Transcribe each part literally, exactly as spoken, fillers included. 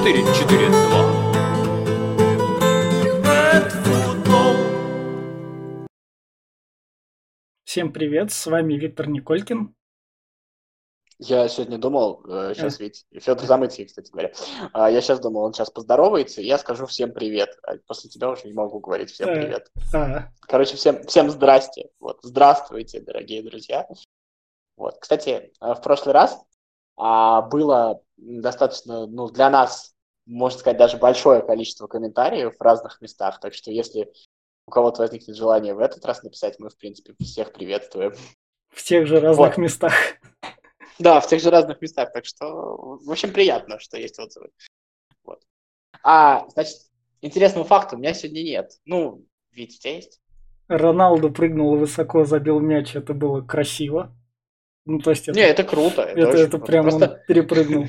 четыре четыре два. Всем привет, с вами Виктор Николькин. Я сегодня думал, э, Э. сейчас ведь Федор Замыцкий, кстати говоря, а, я сейчас думал, он сейчас поздоровается, и я скажу всем привет. А после тебя уже не могу говорить всем Э, привет. а, Короче, всем, всем здрасте. Вот, здравствуйте, дорогие друзья. Вот, кстати, э, в прошлый раз а, было достаточно, ну, для нас, можно сказать, даже большое количество комментариев в разных местах, так что если у кого-то возникнет желание в этот раз написать, мы, в принципе, всех приветствуем. в тех же разных Вот. местах. Да, в тех же разных местах, так что, в общем, приятно, что есть отзывы. Вот. А, значит, интересного факта у меня сегодня нет. Ну, Вить, у тебя есть? Роналду прыгнул высоко, забил мяч, это было красиво. Ну, то есть Не, это, это круто, это, это, очень это круто. прям он Просто... перепрыгнул.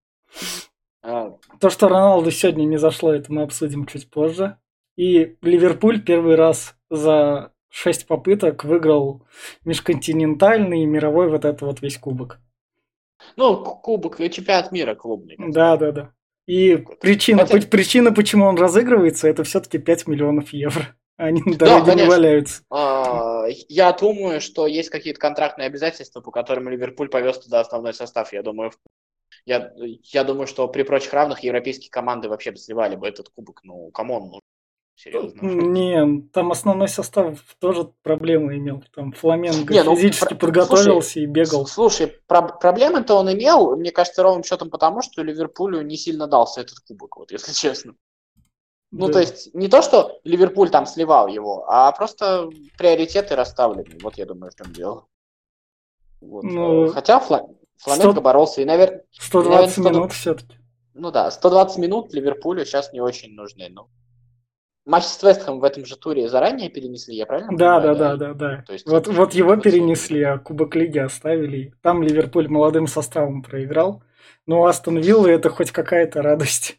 а, То, что Роналду сегодня не зашло, это мы обсудим чуть позже. И Ливерпуль первый раз за шесть попыток выиграл межконтинентальный и мировой вот это вот весь кубок. Ну, к- кубок, э, чемпионат мира клубный. так Да, скажем. да, да. И Вот. причина, Хотя- по- причина, почему он разыгрывается, это все-таки пять миллионов евро. Они на Да, дороге не конечно. валяются. А, я думаю, что есть какие-то контрактные обязательства, по которым Ливерпуль повез туда основной состав. Я думаю, в- я, я думаю, что при прочих равных европейские команды вообще бы сливали бы этот кубок. Ну, камон, ну, серьезно. Не, там основной состав тоже проблемы имел. Там Фламенго Не, ну, физически про- подготовился и слушай, бегал. с- слушай, про- проблемы-то он имел, мне кажется, ровным счетом потому, что Ливерпулю не сильно дался этот кубок, вот, если честно. Ну, Да. то есть, не то, что Ливерпуль там сливал его, а просто приоритеты расставлены. Вот я думаю, в чем дело. Вот. Ну, э, Хотя Фла- сто Фламенго боролся, и, наверное, сто и, наверное, двадцать сто минут все-таки. ну да, сто двадцать минут Ливерпулю сейчас не очень нужны. Ну, матч с Вестхэмом в этом же туре заранее перенесли, я правильно Да, понимаю? да, да, И, да, да. То есть, Вот, это ж вот его мотивационно. перенесли, а Кубок Лиги оставили. Там Ливерпуль молодым составом проиграл. Но у Астон Виллы это хоть какая-то радость.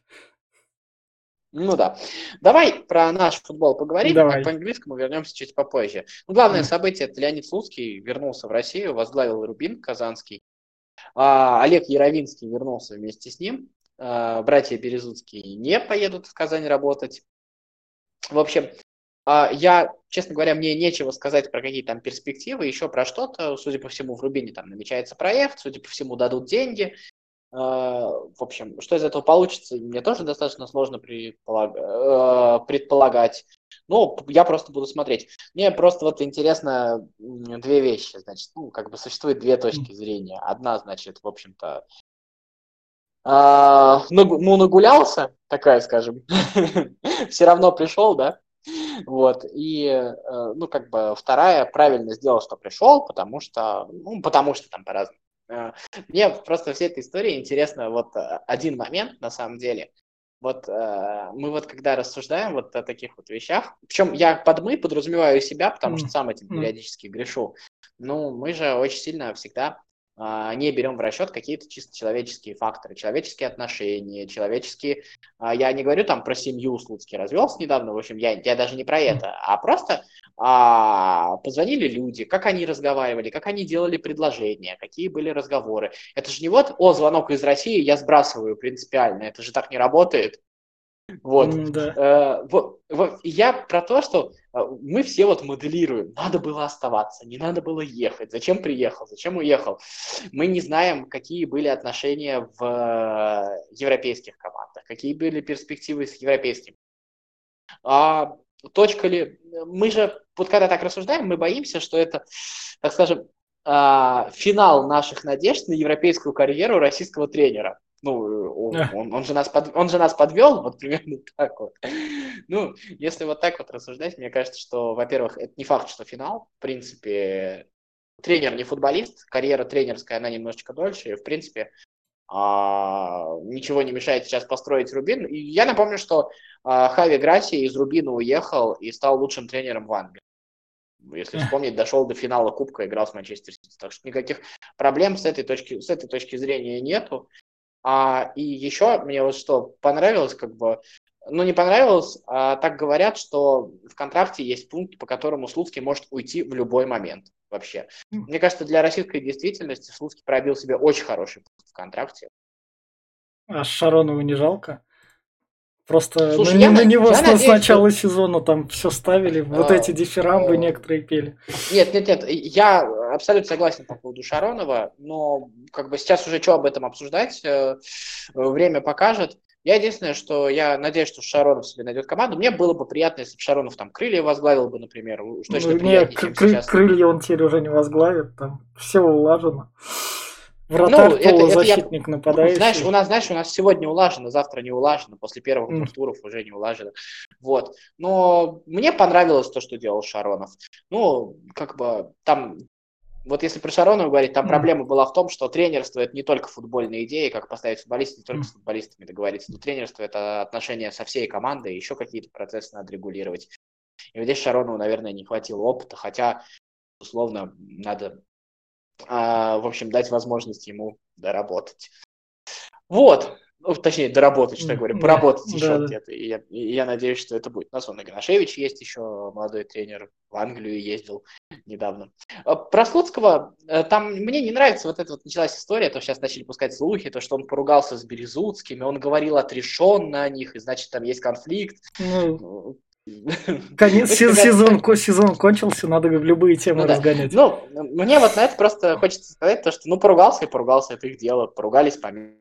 Ну да. Давай про наш футбол поговорим, Давай. а к английскому вернемся чуть попозже. Ну, главное Мгм. событие – это Леонид Слуцкий вернулся в Россию, возглавил Рубин казанский. А, Олег Яровинский вернулся вместе с ним. А, братья Березутские не поедут в Казань работать. В общем, а, я, честно говоря, мне нечего сказать про какие там перспективы, еще про что-то. Судя по всему, в Рубине там намечается проект, судя по всему, дадут деньги. А, В общем, что из этого получится, мне тоже достаточно сложно предполаг- э, предполагать. Ну, я просто буду смотреть. Мне просто вот интересно м, две вещи. Значит, ну, как бы существует две точки зрения. Одна, значит, в общем-то, а, нагу- ну, нагулялся, такая, скажем, все равно пришел, да? Вот, и, э, ну, как бы, вторая, правильно сделал, что пришел, потому что, ну, потому что там по-разному. Э, Мне просто всей этой истории интересно вот э, один момент, на самом деле. Вот э, мы вот когда рассуждаем вот о таких вот вещах, причем я под «мы» подразумеваю себя, потому что сам этим М. периодически грешу, ну, мы же очень сильно всегда а, не берем в расчет какие-то чисто человеческие факторы, человеческие отношения, человеческие... а, Я не говорю там про семью, Слуцкий развелся недавно, в общем, я, я даже не про это, а просто а, позвонили люди, как они разговаривали, как они делали предложения, какие были разговоры. Это же не вот, о, звонок из России, я сбрасываю принципиально, это же так не работает. Вот. М, да. Э, вот, вот. И я про то, что э, мы все вот моделируем. Надо было оставаться, не надо было ехать. Зачем приехал, зачем уехал? Мы не знаем, какие были отношения в э, европейских командах, какие были перспективы с европейским. А точка ли... Мы же, вот когда так рассуждаем, мы боимся, что это, так скажем, а, финал наших надежд на европейскую карьеру российского тренера. Ну, А, он, он же нас под, он же нас подвел, вот примерно так вот. Ну, если вот так вот рассуждать, мне кажется, что, во-первых, это не факт, что финал. В принципе, тренер не футболист, карьера тренерская, она немножечко дольше. И, в принципе, а, ничего не мешает сейчас построить Рубин. И я напомню, что а, Хави Грасси из Рубина уехал и стал лучшим тренером в Англии. Если вспомнить, дошел до финала Кубка, играл с Манчестер Сити. Так что никаких проблем с этой точки, с этой точки зрения нету. А, и еще мне вот что понравилось, как бы, ну не понравилось, а так говорят, что в контракте есть пункт, по которому Слуцкий может уйти в любой момент вообще. Мне кажется, для российской действительности Слуцкий пробил себе очень хороший пункт в контракте. а Шаронову не жалко? Просто Слушай, на, я, на него я с, надеюсь, с начала что... сезона там все ставили, вот эти дифирамбы некоторые пели. Нет, нет, нет, я абсолютно согласен по поводу Шаронова, но как бы сейчас уже что об этом обсуждать, время покажет. Я единственное, что я надеюсь, что Шаронов себе найдет команду. Мне было бы приятно, если бы Шаронов там крылья возглавил бы, например, уж точно Ну, не, приятнее, чем кры- сейчас. крылья он теперь уже не возглавит, там все улажено. Ну, Вратарь, это, это я... полузащитник, Ну, знаешь, у нападающий. нас, знаешь, у нас сегодня улажено, завтра не улажено, после первых М. двух туров уже не улажено. Вот. Но мне понравилось то, что делал Шаронов. Ну, как бы там... Вот если про Шаронова говорить, там М. проблема была в том, что тренерство – это не только футбольные идеи, как поставить футболиста, не только М. с футболистами договориться. Но тренерство – это отношения со всей командой, еще какие-то процессы надо регулировать. И вот здесь Шаронову, наверное, не хватило опыта, хотя, условно, надо, а, в общем, дать возможность ему доработать. Вот. Ну, точнее, доработать, что я говорю, Да, поработать да, еще да. где-то. И я, и я надеюсь, что это будет. У нас он Игнашевич есть еще, молодой тренер, в Англию ездил недавно. А про Слуцкого, э, там мне не нравится вот эта вот началась история, то сейчас начали пускать слухи, то, что он поругался с Березутскими, он говорил отрешенно о них, и значит, там есть конфликт. Ну, Ну, конец в общем, се- ребята, сезон, как- ко- сезон кончился, надо в любые темы ну да. разгонять. Ну, мне вот на это просто хочется сказать, то, что ну поругался и поругался, это их дело, поругались, помимо.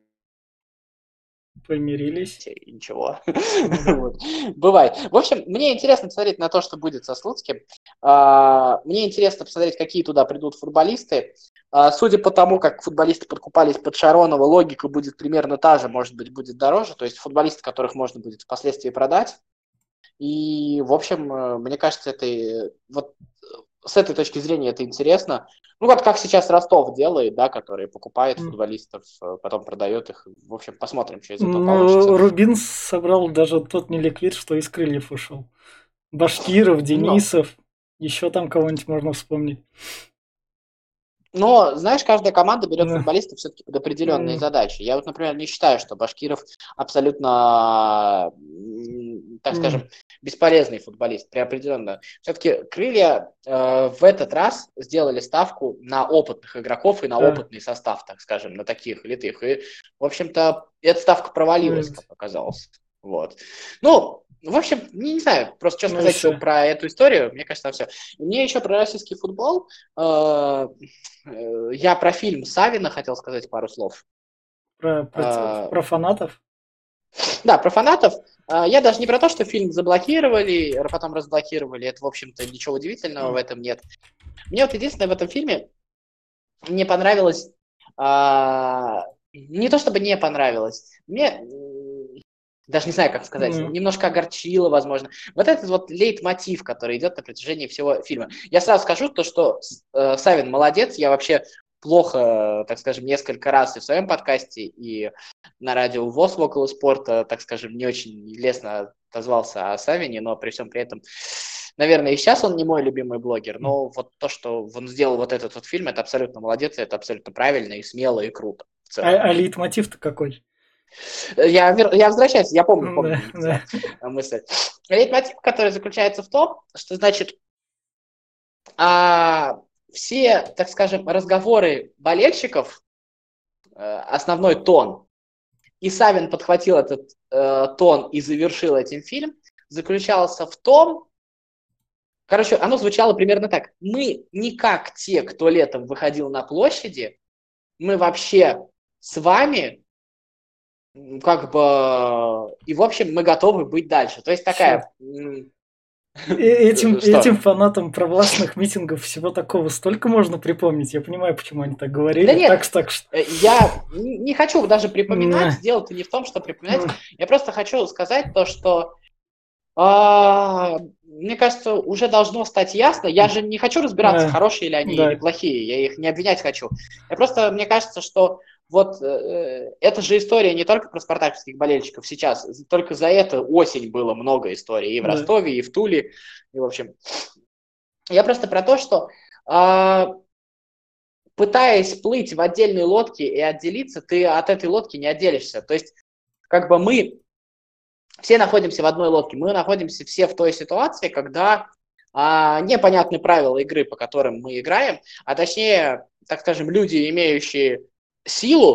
Помирились. И ничего. Ну да. Вот. Бывает. В общем, мне интересно посмотреть на то, что будет со Слуцким. А, Мне интересно посмотреть, какие туда придут футболисты. А, Судя по тому, как футболисты подкупались под Шаронова, логика будет примерно та же, может быть, будет дороже. То есть футболисты, которых можно будет впоследствии продать. И, в общем, э, мне кажется, это э, вот с этой точки зрения это интересно. Ну, вот как сейчас Ростов делает, да, который покупает М. футболистов, э, потом продает их. В общем, посмотрим, что из этого получится. Ну, Рубин собрал даже тот неликвид, что из крыльев ушел. Башкиров, Но Денисов, еще там кого-нибудь можно вспомнить. Но, знаешь, каждая команда берет Ну, футболистов все-таки под определенные м, задачи. Я вот, например, не считаю, что Башкиров абсолютно, м, так м, скажем, бесполезный футболист. При определенно. Все-таки крылья э, в этот раз сделали ставку на опытных игроков и на да. опытный состав, так скажем, на таких литых. И, в общем-то, эта ставка провалилась, Ну, как оказалось. Вот. Ну, в общем, не, не знаю, просто что ну и сказать еще все. про эту историю. Мне кажется, все. Мне еще про российский футбол. э, Э, Я про фильм Савина хотел сказать пару слов. Про, про, те- Э, про фанатов. Да, про фанатов. Э, Я даже не про то, что фильм заблокировали, а потом разблокировали. Это, в общем-то, ничего удивительного в М, этом нет. Мне вот единственное в этом фильме не понравилось, а, не то чтобы не понравилось, мне м, даже не знаю, как сказать, ну, немножко огорчило, возможно. Вот этот вот лейтмотив, который идет на протяжении всего фильма. Я сразу скажу то, что э, Савин молодец, я вообще плохо, так скажем, несколько раз и в своем подкасте, и на радио ВОС около спорта, так скажем, не очень лестно отозвался о Савине, но при всем при этом, наверное, и сейчас он не мой любимый блогер, м. но вот то, что он сделал вот этот вот фильм, это абсолютно молодец, и это абсолютно правильно и смело и круто в А, целом. а лейтмотив-то какой? Я, вер- я возвращаюсь, я помню, М, помню, Да, не потерял да. мысль. Лейтмотив, который заключается в том, что, значит, а, все, так скажем, разговоры болельщиков, э, основной тон, и Савин подхватил этот э, тон и завершил этим фильм, заключался в том, короче, оно звучало примерно так. Мы не как те, кто летом выходил на площади, мы вообще с вами м, как бы, и в общем мы готовы быть дальше. То есть Чё? такая, м, Э- Этим, этим что? фанатам провластных митингов всего такого столько можно припомнить. Я понимаю, почему они так Да говорили. Так, нет, что- так что. э, я н- не хочу даже припоминать, Да. дело-то не в том, что припоминать, Ну, я просто хочу сказать то, что а, мне кажется, уже должно стать ясно. Я же не хочу разбираться, да. хорошие ли они или Да. плохие. Я их не обвинять хочу. Я просто, мне кажется, что вот э, эта же история не только про спартаковских болельщиков сейчас. Только за это осень было много историй и в Да. Ростове, и в Туле. И, в общем, я просто про то, что а, пытаясь плыть в отдельной лодке и отделиться, ты от этой лодки не отделишься. То есть, как бы мы все находимся в одной лодке. Мы находимся все в той ситуации, когда а, непонятны правила игры, по которым мы играем, а точнее, так скажем, люди, имеющие силу,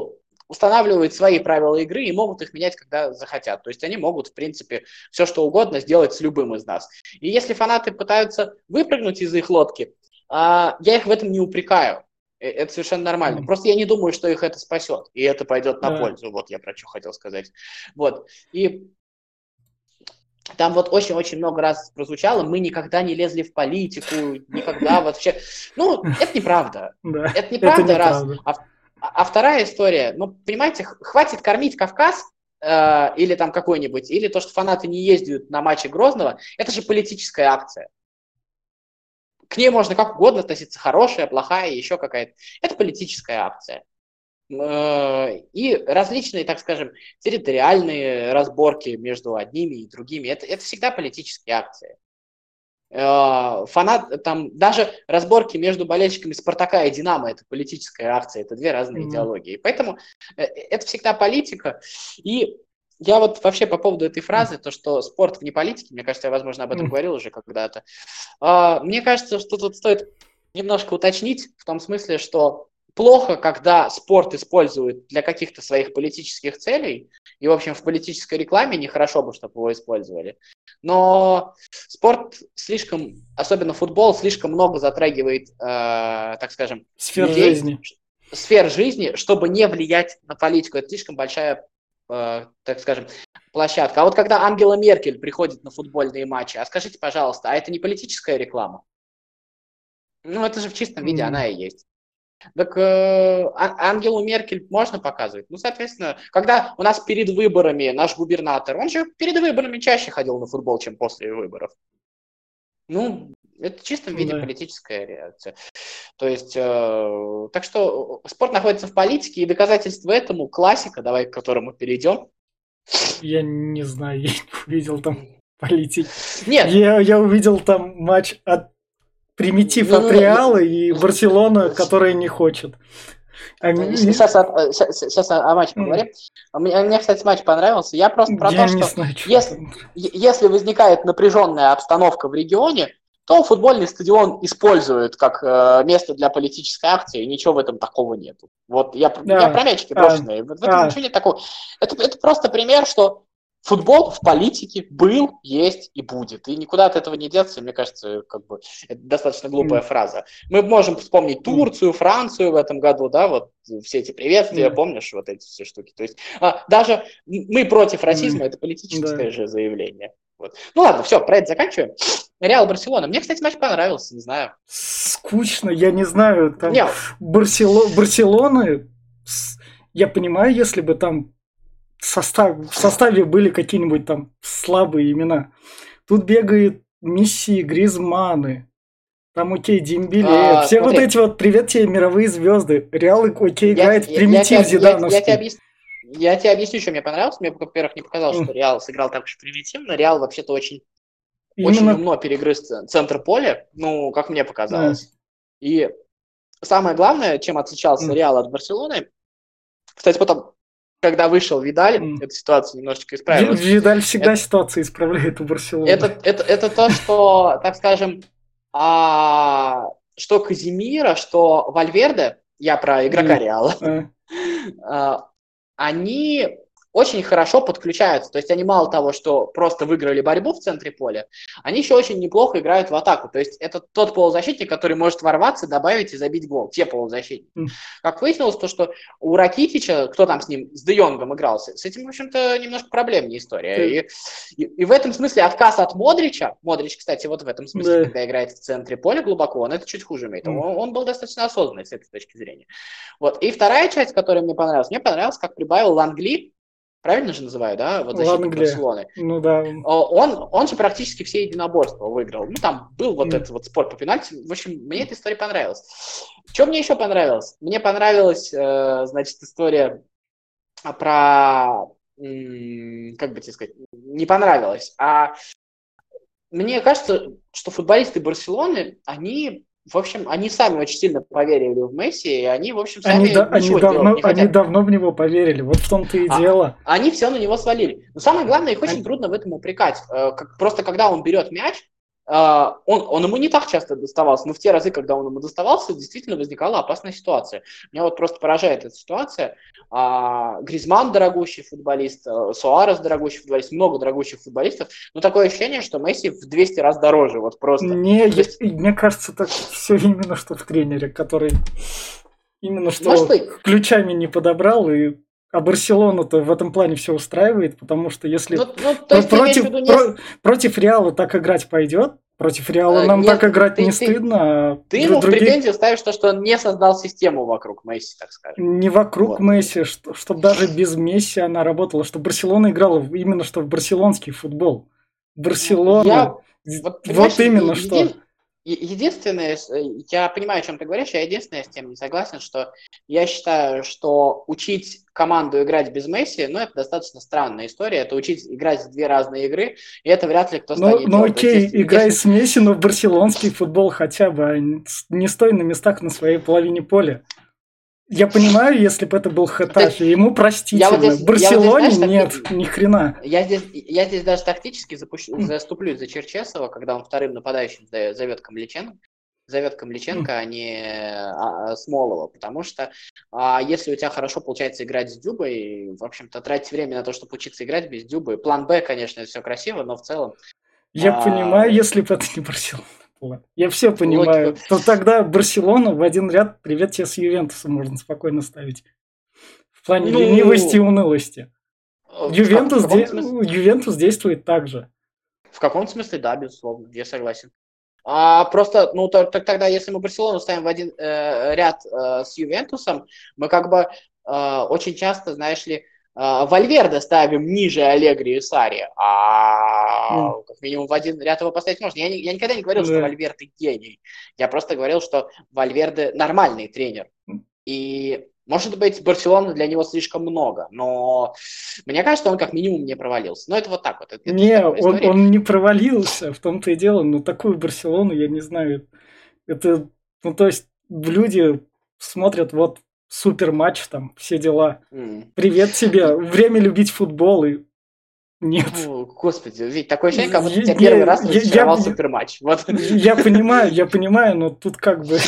устанавливают свои правила игры и могут их менять, когда захотят. То есть они могут, в принципе, все что угодно сделать с любым из нас. И если фанаты пытаются выпрыгнуть из их лодки, я их в этом не упрекаю. Это совершенно нормально. Mm. Просто я не думаю, что их это спасет, и это пойдет на yeah. пользу. Вот я про что хотел сказать. Вот. И там вот очень-очень много раз прозвучало, мы никогда не лезли в политику, никогда вообще... Ну, это неправда. Да, это неправда, это раз. неправда. А, а вторая история, ну, понимаете, хватит кормить Кавказ э, или там какой-нибудь, или то, что фанаты не ездят на матчи Грозного, это же политическая акция. К ней можно как угодно относиться, хорошая, плохая, еще какая-то. Это политическая акция. И различные, так скажем, территориальные разборки между одними и другими, это, это всегда политические акции. Фанат, там, даже разборки между болельщиками Спартака и Динамо – это политическая акция, это две разные mm-hmm. идеологии. Поэтому это всегда политика. И я вот вообще по поводу этой фразы, то, что спорт вне политики, мне кажется, я, возможно, об этом mm-hmm. говорил уже когда-то, мне кажется, что тут стоит немножко уточнить, в том смысле, что плохо, когда спорт используют для каких-то своих политических целей, и, в общем, в политической рекламе нехорошо бы, чтобы его использовали. Но спорт слишком, особенно футбол, слишком много затрагивает, э, так скажем, сфер людей, жизни. сфер жизни, чтобы не влиять на политику. Это слишком большая, э, так скажем, площадка. А вот когда Ангела Меркель приходит на футбольные матчи, а скажите, пожалуйста, а это не политическая реклама? Ну, это же в чистом виде mm. она и есть. Так э, Ангелу Меркель можно показывать? Ну, соответственно, когда у нас перед выборами наш губернатор, он же перед выборами чаще ходил на футбол, чем после выборов. Ну, это в чистом виде да. политическая реакция. То есть, э, так что спорт находится в политике, и доказательство этому классика, давай к которому перейдем. Я не знаю, я не увидел там политики. Нет. Я, я увидел там матч от Примитив ну, от Реала ну, и Барселона, которая не хочет. А... Сейчас, сейчас, сейчас о матче поговорим. Mm. Мне, мне, кстати, матч понравился. Я просто про Я то, не что знаю, что если, если возникает напряженная обстановка в регионе, то футбольный стадион используют как э, место для политической акции, и ничего в этом такого нету. Вот я, а, я про мячики брошенные. А, в этом а. ничего нет такого. Это, это просто пример, что футбол в политике был, есть и будет. И никуда от этого не деться, мне кажется, как бы это достаточно глупая mm. фраза. Мы можем вспомнить Турцию, Францию в этом году, да, вот все эти приветствия, mm. помнишь, вот эти все штуки. То есть а, даже мы против расизма, mm. это политическое mm. же заявление. Вот. Ну ладно, все, про это заканчиваем. Реал Барселона. Мне, кстати, матч понравился, не знаю. Скучно, я не знаю. Там Барсело... Барселона, я понимаю, если бы там Состав, в составе были какие-нибудь там слабые имена. Тут бегает Месси, Гризманы, там окей, Дембеле, а, все смотри. Вот эти вот, привет тебе, мировые звезды. Реал окей, играет в примитив зидановский. Я, я, я, я, я тебе объясню, что мне понравилось. Мне, во-первых, не показалось, mm. что Реал сыграл так уж примитивно. Реал вообще-то очень, очень умно перегрыз центр поля, ну, как мне показалось. Mm. И самое главное, чем отличался mm. Реал от Барселоны, кстати, потом когда вышел Видаль, mm. эта ситуация немножечко исправилась. Видаль всегда это, ситуацию исправляет у Барселоны. Это, это, это то, что, так скажем, а, что Казимира, что Вальверде, я про игрока mm. Реала, mm. а, они очень хорошо подключаются. То есть они мало того, что просто выиграли борьбу в центре поля, они еще очень неплохо играют в атаку. То есть это тот полузащитник, который может ворваться, добавить и забить гол. Те полузащитники. Mm. Как выяснилось, то, что у Ракитича, кто там с ним, с Де Йонгом игрался, с этим, в общем-то, немножко проблемная история. Mm. И, и, и в этом смысле отказ от Модрича, Модрич, кстати, вот в этом смысле, mm. когда играет в центре поля глубоко, он это чуть хуже имеет. Mm. Он, он был достаточно осознанный с этой точки зрения. Вот. И вторая часть, которая мне понравилась, мне понравилось, как прибавил Лангли. Правильно же называю, да? Вот защитник Барселоны. Ну да. Он, он же практически все единоборства выиграл. Ну, там был вот mm. этот вот спор по пенальти. В общем, мне эта история понравилась. Что мне еще понравилось? Мне понравилась, э, значит, история про... М, как бы тебе сказать? Не понравилась. А мне кажется, что футболисты Барселоны, они... В общем, они сами очень сильно поверили в Месси, и они, в общем, сами они, да, они, давно, они давно в него поверили, вот в том-то и а, дело. Они все на него свалили. Но самое главное, их очень они... трудно в этом упрекать. Просто когда он берет мяч, Uh, он, он ему не так часто доставался, но в те разы, когда он ему доставался, действительно возникала опасная ситуация. Меня вот просто поражает эта ситуация. Uh, Гризман дорогущий футболист, uh, Суарес дорогущий футболист, много дорогущих футболистов, но такое ощущение, что Месси в двести раз дороже, вот просто. Не, я, есть... мне кажется, так все именно что в тренере, который именно что ключами не подобрал, и а Барселону-то в этом плане все устраивает, потому что если ну, ну, то есть против, не... про, против Реала так играть пойдет, против Реала нам Нет, так играть ты, не ты, стыдно. Ты ему другие... в претензию ставишь то, что он не создал систему вокруг Месси, так скажем. Не вокруг вот. Месси, что, чтобы даже без Месси она работала, чтобы Барселона играла именно что в барселонский футбол. Барселона. Я, вот, вот именно е- что. Един... Единственное, я понимаю, о чем ты говоришь, я единственное с тем не согласен, что я считаю, что учить команду играть без Месси, ну, это достаточно странная история, это учить играть в две разные игры, и это вряд ли кто станет ну, делать. Ну, окей, есть, играй если... с Месси, но в барселонский футбол хотя бы, а не стой на местах на своей половине поля. Я понимаю, если бы это был Хетафе, ему простительно. Вот здесь, в Барселоне вот здесь, знаешь, нет, так... ни хрена. Я здесь, я здесь даже тактически запущу, mm. заступлюсь за Черчесова, когда он вторым нападающим зовет Камличенко, зовет Камличенко, mm. а не а, Смолова, потому что а, если у тебя хорошо получается играть с Дюбой, в общем-то, тратить время на то, чтобы учиться играть без Дюбы. План Б, конечно, все красиво, но в целом... Я а... понимаю, если бы это не Барселона. Я все понимаю. Логику. То тогда Барселону в один ряд привет тебе с Ювентусом можно спокойно ставить. В плане ну... ленивости и унылости. Ювентус, как, де... Ювентус действует так же. В каком смысле, да, безусловно, я согласен. А просто, ну, то, то, тогда, если мы Барселону ставим в один э, ряд э, с Ювентусом, мы как бы э, очень часто, знаешь ли, э, Вальверде ставим ниже Аллегри и Сарри, а mm. как минимум в один ряд его поставить можно. Я, не, я никогда не говорил, mm. что Вальверде гений. Я просто говорил, что Вальверде нормальный тренер. Mm. И... Может быть, Барселона для него слишком много, но мне кажется, он как минимум не провалился. Но это вот так вот. Это не, он, он не провалился, в том-то и дело. Но такую Барселону, я не знаю. Это, ну, то есть, люди смотрят вот супер матч, там, все дела. Mm. Привет тебе, время любить футбол, и нет. О, господи, ведь такое ощущение, как будто я, тебя первый я, раз разочаровал я, суперматч. Вот. Я понимаю, я понимаю, но тут как бы...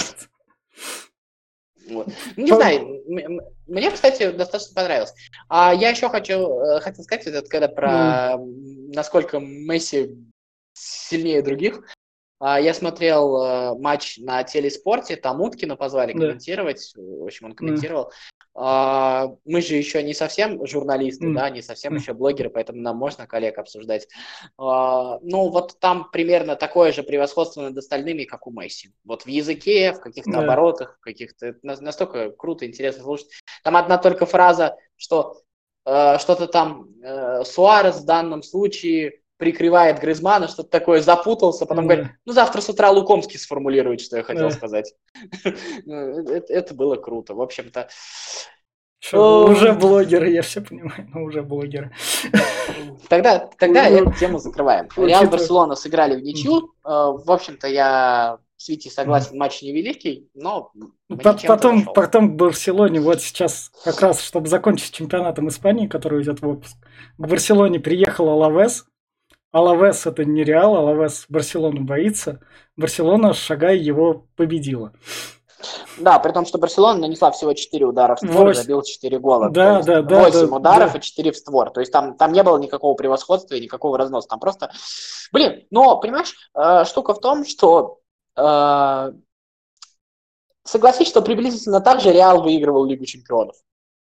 Вот. Не По... знаю, мне, кстати, достаточно понравилось. А я еще хочу, хотел сказать, вот это, когда про mm. насколько Месси сильнее других. Я смотрел матч на телеспорте, там Уткина позвали комментировать, yeah. в общем, он комментировал. Yeah. Мы же еще не совсем журналисты, mm. да, не совсем mm. еще блогеры, поэтому нам можно коллег обсуждать. Ну, вот там примерно такое же превосходство над остальными, как у Месси. Вот в языке, в каких-то yeah. оборотах, в каких-то... Настолько круто, интересно слушать. Там одна только фраза, что э, что-то там э, Суарес в данном случае... прикрывает Гризмана, что-то такое, запутался, потом mm. говорит, ну, завтра с утра Лукомский сформулирует, что я хотел mm. сказать. это, это было круто, в общем-то. Что, уже блогеры, я все понимаю, но уже блогеры. Тогда, тогда эту тему закрываем. Реал Барселона сыграли в ничью. В общем-то, я с Витей согласен, матч невеликий, но... Потом, потом к Барселоне, вот сейчас как раз, чтобы закончить чемпионатом Испании, который идет в выпуск, к Барселоне приехал Алавес. Алавес это не Реал, Алавес Барселону боится. Барселона, шагая, его победила. Да, при том, что Барселона нанесла всего четыре удара в створ и забил четыре гола. Да, да, да. восемь да, ударов да. и четыре в створ. То есть там, там не было никакого превосходства и никакого разноса. Там просто... Блин, но, понимаешь, э, штука в том, что... Э, согласись, что приблизительно так же Реал выигрывал Лигу Чемпионов.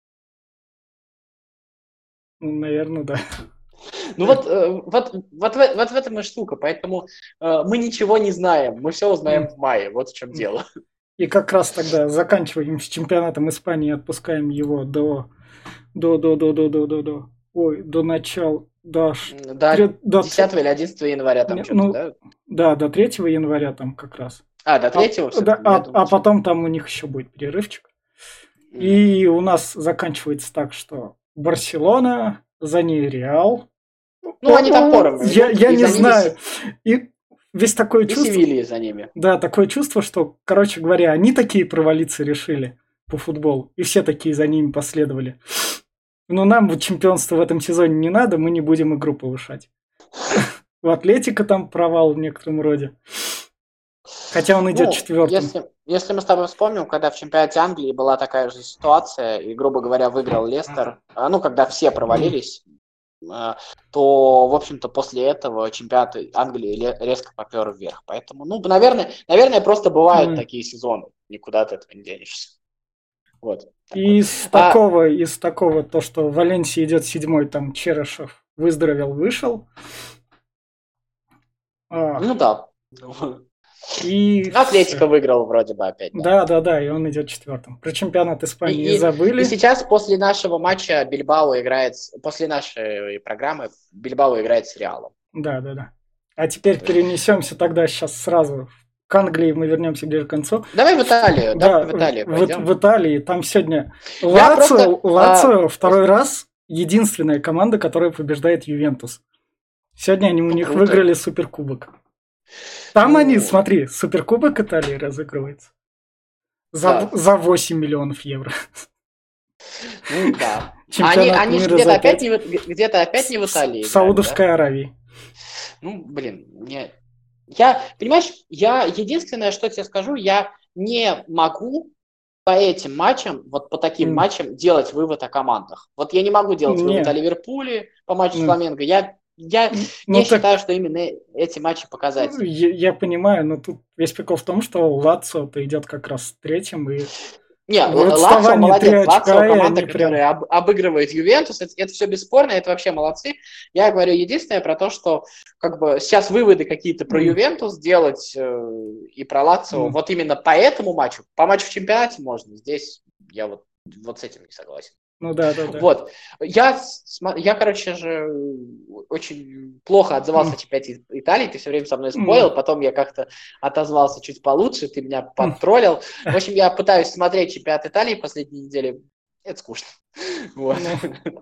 Наверное, да. Ну вот, вот, вот, вот, вот в этом и штука, поэтому э, мы ничего не знаем, мы все узнаем в мае, вот в чем дело. И как раз тогда заканчиваем с чемпионатом Испании, отпускаем его до, до, до, до, до, до, до, до, ой, до начала, до, до, до десятого или одиннадцатого января там что-то, ну, да? Да, до третьего января там как раз. А, до третьего? А, да, а, думаю, а потом там у них еще будет перерывчик. Mm. И у нас заканчивается так, что Барселона, за ней Реал. Ну, они там поровну. Я, я не знаю. И весь такое и чувство... Севилья за ними. Да, такое чувство, что, короче говоря, они такие провалиться решили по футболу, и все такие за ними последовали. Но нам вот чемпионство в этом сезоне не надо, мы не будем игру повышать. У Атлетика там провал в некотором роде. Хотя он идет Ну, четвертым. если, если мы с тобой вспомним, когда в чемпионате Англии была такая же ситуация, и, грубо говоря, выиграл Лестер, а, ну, когда все провалились, а, то, в общем-то, после этого чемпионат Англии ле- резко попер вверх. Поэтому, ну, наверное, наверное, просто бывают Мгм. такие сезоны. Никуда от этого не денешься. Вот. так вот. Из А, такого, из такого, то, что Валенсия идет седьмой, там Черышев выздоровел, вышел. А, ну да. и Атлетика все. выиграл вроде бы опять, да. Да, да, да, и он идет четвертым. Про чемпионат И, Испании и, и забыли. сейчас после нашего матча Бильбао играет, с- после нашей программы Бильбао играет с Реалом. Да, да, да. А теперь перенесемся тогда сейчас сразу к Англии, мы вернемся ближе к концу. Давай в Италию, Да, давай в Италию в, пойдем. в Италии там сегодня Я Лацио, просто, Лацио а, второй раз единственная команда, которая побеждает Ювентус. Сегодня они у ну них круто. выиграли Суперкубок. Там Ну, они, смотри, Суперкубок Италии разыгрывается за, да. за восемь миллионов евро. Ну да. Они, Чемпионат они же мира где-то за опять пять. не в, где-то опять не в С- Италии В играли, да? Саудовской Аравии. Ну, блин, мне... Я, понимаешь, я единственное, что тебе скажу, я не могу по этим матчам, вот по таким М, матчам делать вывод о командах. Вот я не могу делать вывод о Не, Ливерпуле по матчу с ну, Фламенго. Я, я м, не ну так считаю, что именно эти матчи показательны. я, я понимаю, но тут весь прикол в том, что Лацио-то идет как раз третьим, и Не, в Л- Лацио отставании три молодец. Лацио очка, и команда, они прям... которая об- обыгрывает Ювентус. Это, это все бесспорно, это вообще молодцы. Я говорю единственное про то, что как бы сейчас выводы какие-то про м, Ювентус делать э, и про Лацио. м, Вот именно по этому матчу, по матчу в чемпионате можно. Здесь я вот, вот с этим не согласен. Ну да, да, да. Вот. Я, сма- я, короче же, очень плохо отзывался о М, чемпионате Италии, ты все время со мной м, спорил, потом я как-то отозвался чуть получше, ты меня м. подтроллил. В общем, я пытаюсь смотреть чемпионат Италии последние недели. Это скучно. Вот. Ну,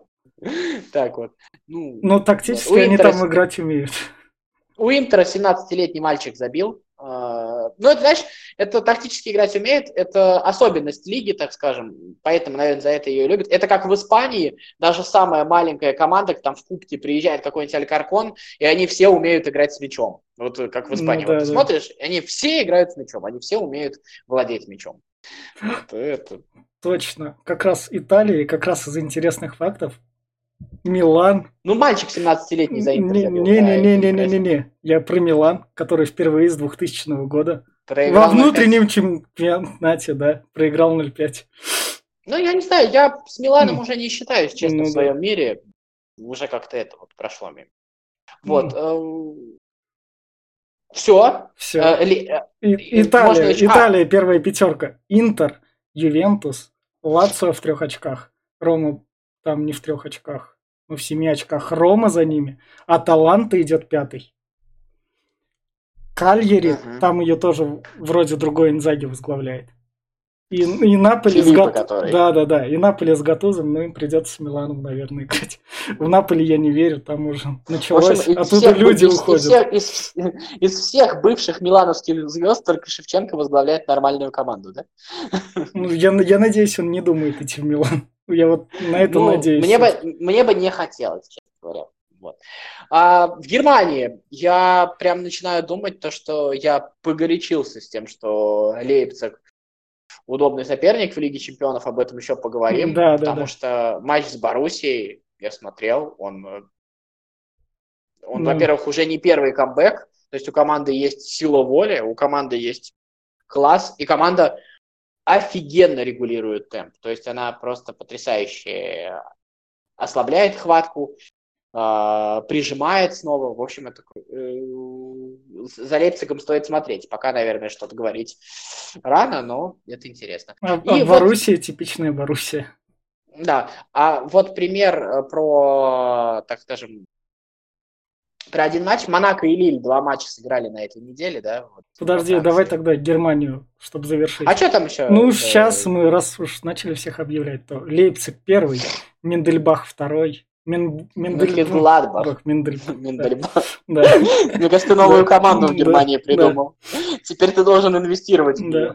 Так вот. Ну, ну, вот. тактически У они Интера, там играть умеют. у Интера семнадцатилетний мальчик забил. А, Ну, это, знаешь, это тактически играть умеет, это особенность лиги, так скажем, поэтому, наверное, за это ее и любят. Это как в Испании, даже самая маленькая команда, там в Кубке приезжает какой-нибудь Алькаркон, и они все умеют играть с мячом. Вот э, как в Ну Испании. Вот да, ты да. смотришь, они все играют с мячом, они все умеют владеть мячом. Вот это. Точно. Как раз Италия, как раз из интересных фактов. Милан. Ну, мальчик семнадцатилетний за Интер забил, да, это интересно. Не-не-не-не-не-не. Я про Милан, который впервые с двухтысячного года во Проиграл ноль пять. внутреннем чемпионате, да, проиграл ноль пять. Ну, я не знаю, я с Миланом М, уже не считаюсь, честно, в Ну да. своем мире. Уже как-то это вот прошло мимо. Вот. М, Все. Все. Можно Италия, еще... А, Италия первая пятерка. Интер, Ювентус, Лацио в трех очках. Рома там не в трех очках, но в семи очках. Рома за ними. Аталанта идет пятый. Кальяри, мгм. там ее тоже вроде другой Инзаги возглавляет. И, и Наполи с Филиппо, Гат... который. Да, да, да. И Наполи с Гатузом, но им придется с Миланом, наверное, играть. В Наполи я не верю, там уже В началось. общем, из Оттуда всех, люди из, из уходят. всех, из, из всех бывших милановских звезд только Шевченко возглавляет нормальную команду, да? Ну, я, я надеюсь, он не думает идти в Милан. Я вот на это Ну, надеюсь. мне бы, мне бы не хотелось, честно говоря. Вот. А в Германии я прям начинаю думать то, что я погорячился с тем, что Лейпциг удобный соперник в Лиге Чемпионов, об этом еще поговорим, Да, да, потому да. что матч с Боруссией, я смотрел, он, он, Ну, во-первых, уже не первый камбэк, то есть у команды есть сила воли, у команды есть класс, и команда офигенно регулирует темп, то есть она просто потрясающе ослабляет хватку, э, прижимает снова, в общем, это, э, за Лейпцигом стоит смотреть, пока, наверное, что-то говорить рано, но это интересно. а, И а вот Боруссия типичная Боруссия. Да, а вот пример э, про, так скажем, про один матч. Монако и Лиль два матча сыграли на этой неделе, да, вот, во Подожди, давай Франции. тогда Германию, чтобы завершить. А что там еще? Ну, это, сейчас мы, раз уж начали всех объявлять, то Лейпциг первый, Мендельбах второй, Мен... Мönchengladbach. Мендельбах, Мендельбах, да. Мендельбах. Да. Мне кажется, ты новую Да. команду в Да. Германии Да. придумал. Теперь ты должен инвестировать в Да. нее.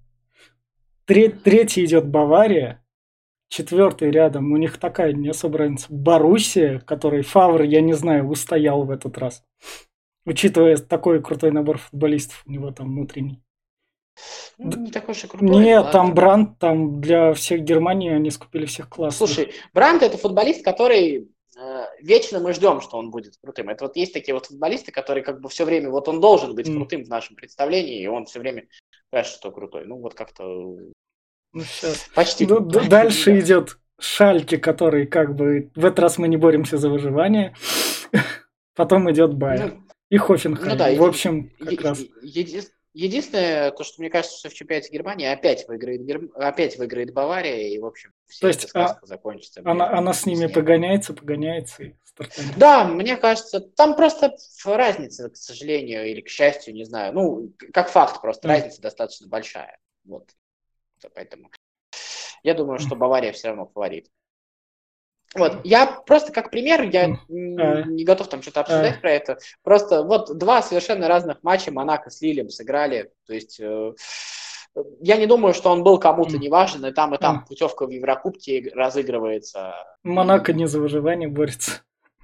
Тре- Третий идет Бавария, четвертый рядом, у них такая не особо разница. Боруссия, который Фавр, я не знаю, устоял в этот раз. Учитывая такой крутой набор футболистов у него там внутренний. Ну, не такой уж и крутой. Нет, ладно. там Брандт, там для всех Германии они скупили всех классов. Слушай, Брандт это футболист, который э, вечно мы ждем, что он будет крутым. Это вот есть такие вот футболисты, которые как бы все время, вот он должен быть Mm. крутым в нашем представлении, и он все время кажется, что крутой. Ну вот как-то Ну, сейчас. почти. Д- д- Дальше идет Шальке, который как бы в этот раз мы не боремся за выживание. Потом идет Байер. Ну, И Хофенхайм. ну да, В еди- общем, как е- раз. е- еди- единственное, то, что мне кажется, что в чемпионате Германии опять выиграет, Герм- опять выиграет Бавария, и, в общем, вся То есть эта сказка а, закончится. она, блин, она с ними снегом. погоняется, погоняется и стартанет. Да, мне кажется, там просто разница, к сожалению, или к счастью, не знаю. Ну, как факт, просто Mm. разница достаточно большая. Вот. Поэтому я думаю, что Бавария все равно фаворит. Вот, я просто как пример, я Mm. н- не готов там что-то обсуждать про это. Просто вот два совершенно разных матча Монако с Лилем сыграли. То есть э, я не думаю, что он был кому-то Mm. не важен, и там, и там Mm. путевка в Еврокубке разыгрывается. Монако не за выживание борется.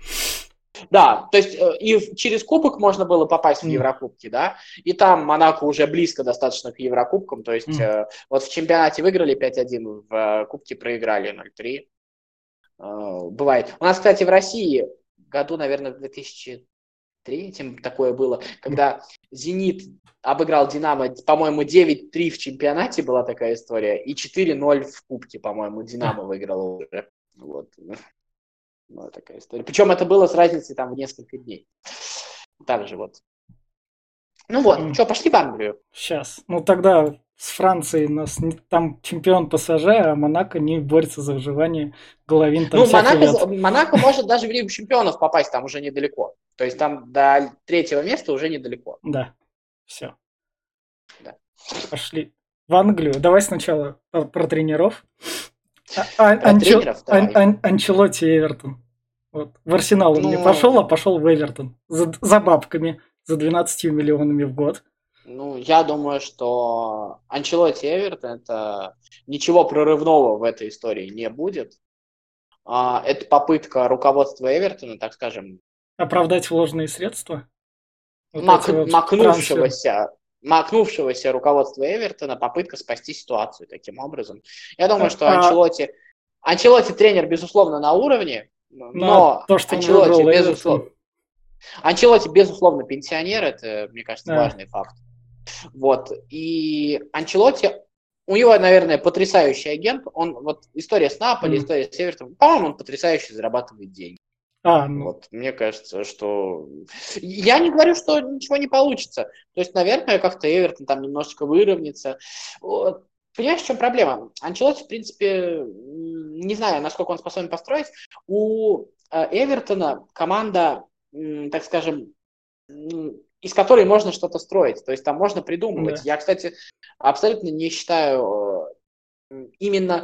Да, то есть э, и в- через кубок можно было попасть в Mm. Еврокубки, да, и там Монако уже близко достаточно к Еврокубкам, то есть Mm. э, вот в чемпионате выиграли пять один, в э, кубке проиграли ноль три. Э, бывает. У нас, кстати, в России году, наверное, в две тысячи третьем такое было, когда «Зенит» обыграл «Динамо», по-моему, девять три в чемпионате была такая история, и четыре ноль в кубке, по-моему, «Динамо» выиграла уже. Вот. Ну, такая история. Причем это было с разницей там в несколько дней. Так же вот. Ну вот, Mm. что, пошли в Англию? Сейчас. Ну тогда с Францией нас не- там чемпион ПСЖ, а Монако не борется за выживание. Головин там Ну, всех Монако, рвет. Монако может даже в Лигу чемпионов попасть там уже недалеко. То есть там до третьего места уже недалеко. Да, все. Да. Пошли в Англию. Давай сначала про, про тренеров. А, а, Про Анчел- тренеров, Ан- давай. Ан- Анчелотти и Эвертон. Вот. В Арсенал он не Ну, пошел, а пошел в Эвертон. За, за бабками, за двенадцатью миллионами в год. ну, я думаю, что Анчелотти и Эвертон, это ничего прорывного в этой истории не будет. А, это попытка руководства Эвертона, так скажем, Оправдать вложенные средства. Вот мак- эти вот трансферы. макнувшегося, макнувшегося руководства Эвертона, попытка спасти ситуацию таким образом. Я думаю, А- что а- Анчелотти, Анчелотти тренер, безусловно, на уровне, Но но то, что он Анчелотти, выбрал безусловно, Эвертон. Анчелотти, безусловно, пенсионер, это, мне кажется, Да. важный факт. Вот. И Анчелотти, у него, наверное, потрясающий агент. Он, вот история с Наполи, М. история с Эвертоном, по-моему, он потрясающе зарабатывает деньги. А, ну, Вот, мне кажется, что... Я не говорю, что ничего не получится. То есть, наверное, как-то Эвертон там немножечко выровняется. Вот. Понимаешь, в чем проблема? Анчелотти, в принципе, м, не знаю, насколько он способен построить. У э, Эвертона команда, м, так скажем, м, из которой можно что-то строить. То есть там можно придумывать. да. Я, кстати, абсолютно не считаю э, именно...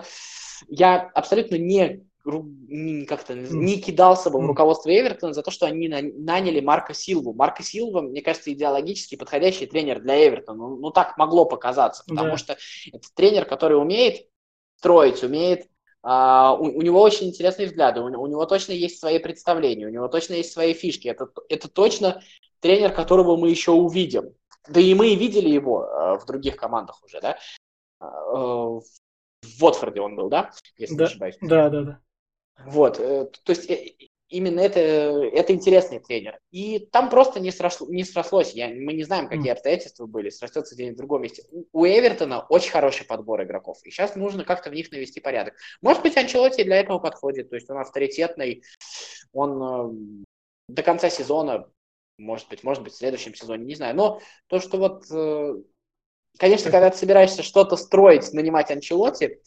Я абсолютно не ру- не- как-то не кидался бы в М. руководство Эвертона за то, что они на- наняли Марка Силву. Марко Силва, мне кажется, идеологически подходящий тренер для Эвертона. Ну, ну, так могло показаться, потому Да. что это тренер, который умеет строить, умеет... а, у, у него очень интересные взгляды, у, у него точно есть свои представления, у него точно есть свои фишки. Это, это точно тренер, которого мы еще увидим. Да и мы видели его э, в других командах уже, да? Э, в Уотфорде он был, да? Если не Да, ошибаюсь. да, да, да. Вот, э, то есть э, именно это, это интересный тренер. И там просто не, сросло, не срослось. Я, мы не знаем, какие М. обстоятельства были. Срастется где-нибудь в другом месте. У- У Эвертона очень хороший подбор игроков. И сейчас нужно как-то в них навести порядок. Может быть, Анчелотти для этого подходит. То есть он авторитетный. Он э, до конца сезона, может быть, может быть, в следующем сезоне, не знаю. Но то, что вот, э, конечно, когда ты собираешься что-то строить, нанимать Анчелотти,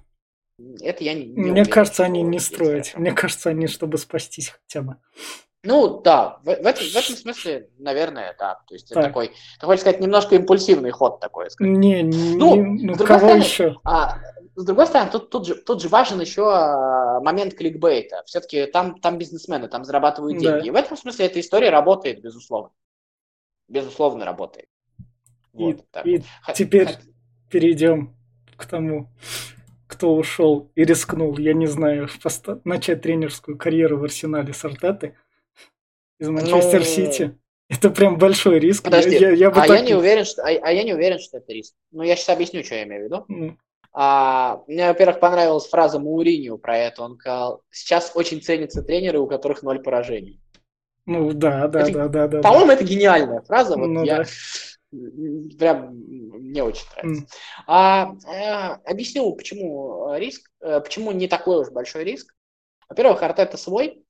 это я не, не Мне уверен, кажется, что они не будет строить. хорошо. Мне кажется, они чтобы спастись хотя бы. Ну, да, в, в этом, в этом смысле, наверное, да. То есть это Так. такой, ты хочешь сказать, немножко импульсивный ход такой. Сказать. Не, не, Ну, ну с другой кого стороны, еще? а, с другой стороны, тут, тут, же, тут же важен еще а, момент кликбейта. Все-таки там, там бизнесмены, там зарабатывают Да. деньги. И в этом смысле эта история работает, безусловно. Безусловно, работает. И, Вот, так и вот. Х- теперь х- перейдем к тому, кто ушел и рискнул, я не знаю, поста- начать тренерскую карьеру в Арсенале с Артеты из Манчестер Ну, Сити. Это прям большой риск. Подожди, Я, я, я бы а так... я не уверен, что, а, а я не уверен, что это риск. Ну, я сейчас объясню, что я имею в виду. Ну, А, мне, во-первых, понравилась фраза Мауриньо про это. Он сказал, сейчас очень ценятся тренеры, у которых ноль поражений. ну да, да, Это, да, да, да. по-моему, да. это гениальная фраза. Вот Ну я да. прям мне очень нравится. М, А, э, объясню, почему риск, э, почему не такой уж большой риск. Во-первых, Артета свой,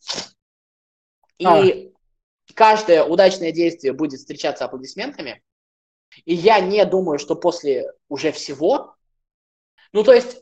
А, и каждое удачное действие будет встречаться аплодисментами. И я не думаю, что после уже всего... Ну, то есть,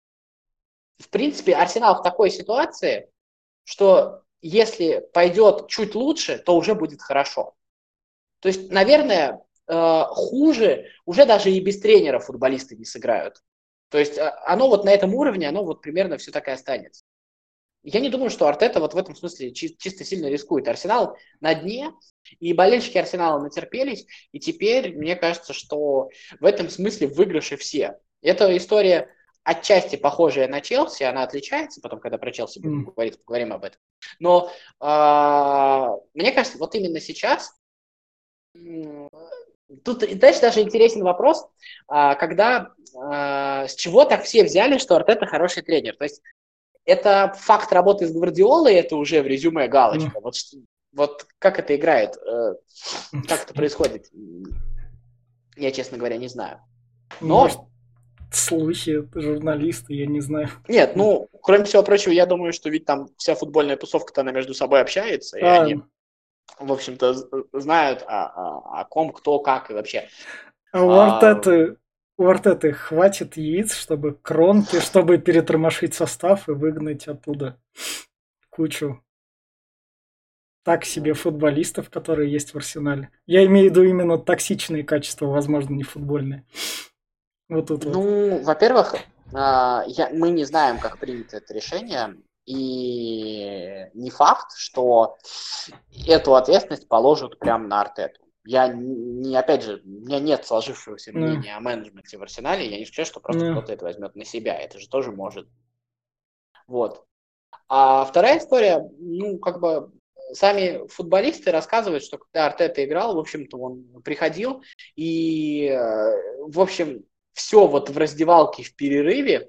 в принципе, Арсенал в такой ситуации, что если пойдет чуть лучше, то уже будет хорошо. То есть, наверное, э, хуже уже даже и без тренера футболисты не сыграют. То есть, э, оно вот на этом уровне, оно вот примерно все так и останется. Я не думаю, что Артета вот в этом смысле чи- чисто сильно рискует. Арсенал на дне, и болельщики Арсенала натерпелись, и теперь мне кажется, что в этом смысле в выигрыше все. Эта история отчасти похожая на Челси, она отличается, потом, когда про Челси будем м, говорить, поговорим об этом. Но а, мне кажется, вот именно сейчас, м, тут, дальше даже интересен вопрос, а, когда а, с чего так все взяли, что Артета хороший тренер. То есть это факт работы с Гвардиолой, это уже в резюме ну, галочка. Вот, что- вот как это играет, э, как это происходит, я, честно говоря, не знаю. может, Но, слухи, журналисты, я не знаю. нет, ну, кроме всего прочего, я думаю, что ведь там вся футбольная тусовка-то, она между собой общается, и А, они, в общем-то, з- знают о, о- о ком, кто, как и вообще. а у А, Артеты, у Артеты хватит яиц, чтобы Кронки, чтобы перетормошить состав и выгнать оттуда кучу так себе футболистов, которые есть в Арсенале. Я имею в виду именно токсичные качества, возможно, не футбольные. Вот тут вот. ну, во-первых, а, я- мы не знаем, как принято это решение, и не факт, что эту ответственность положат прямо на Артету. Я не, опять же, у меня нет сложившегося Ну, мнения о менеджменте в Арсенале, я не исключаю, что просто ну, кто-то это возьмет на себя, это же тоже может. Вот. А вторая история, ну, как бы сами футболисты рассказывают, что когда Артета играл, в общем-то, он приходил, и, э, в общем, все вот в раздевалке в перерыве,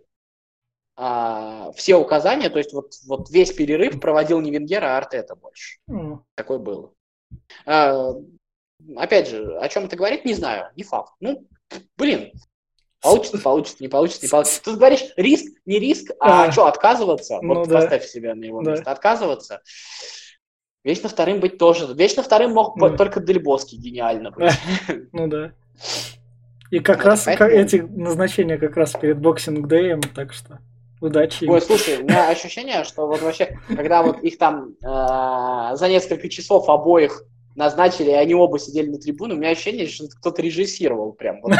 а, все указания, то есть вот, вот весь перерыв проводил не Венгер, а Артета больше. ну, Такое было. А, опять же, о чем это говорит, не знаю, не факт. Ну, блин, с- получится, получится, не получится, не с- получится. с- Ты говоришь, риск, не риск, а а, что, отказываться? ну Вот да, поставь себя на его да. место. Отказываться? Вечно вторым быть тоже. Вечно вторым мог Ну, только Дельбоский гениально быть. да, ну да. И как Вот, раз ка- поэтому... эти назначения как раз перед боксинг дэем, так что удачи им. Ой, слушай, у меня ощущение, что вот вообще, когда вот их там э, за несколько часов обоих назначили, и они оба сидели на трибуне, у меня ощущение, что кто-то режиссировал прям. Вот.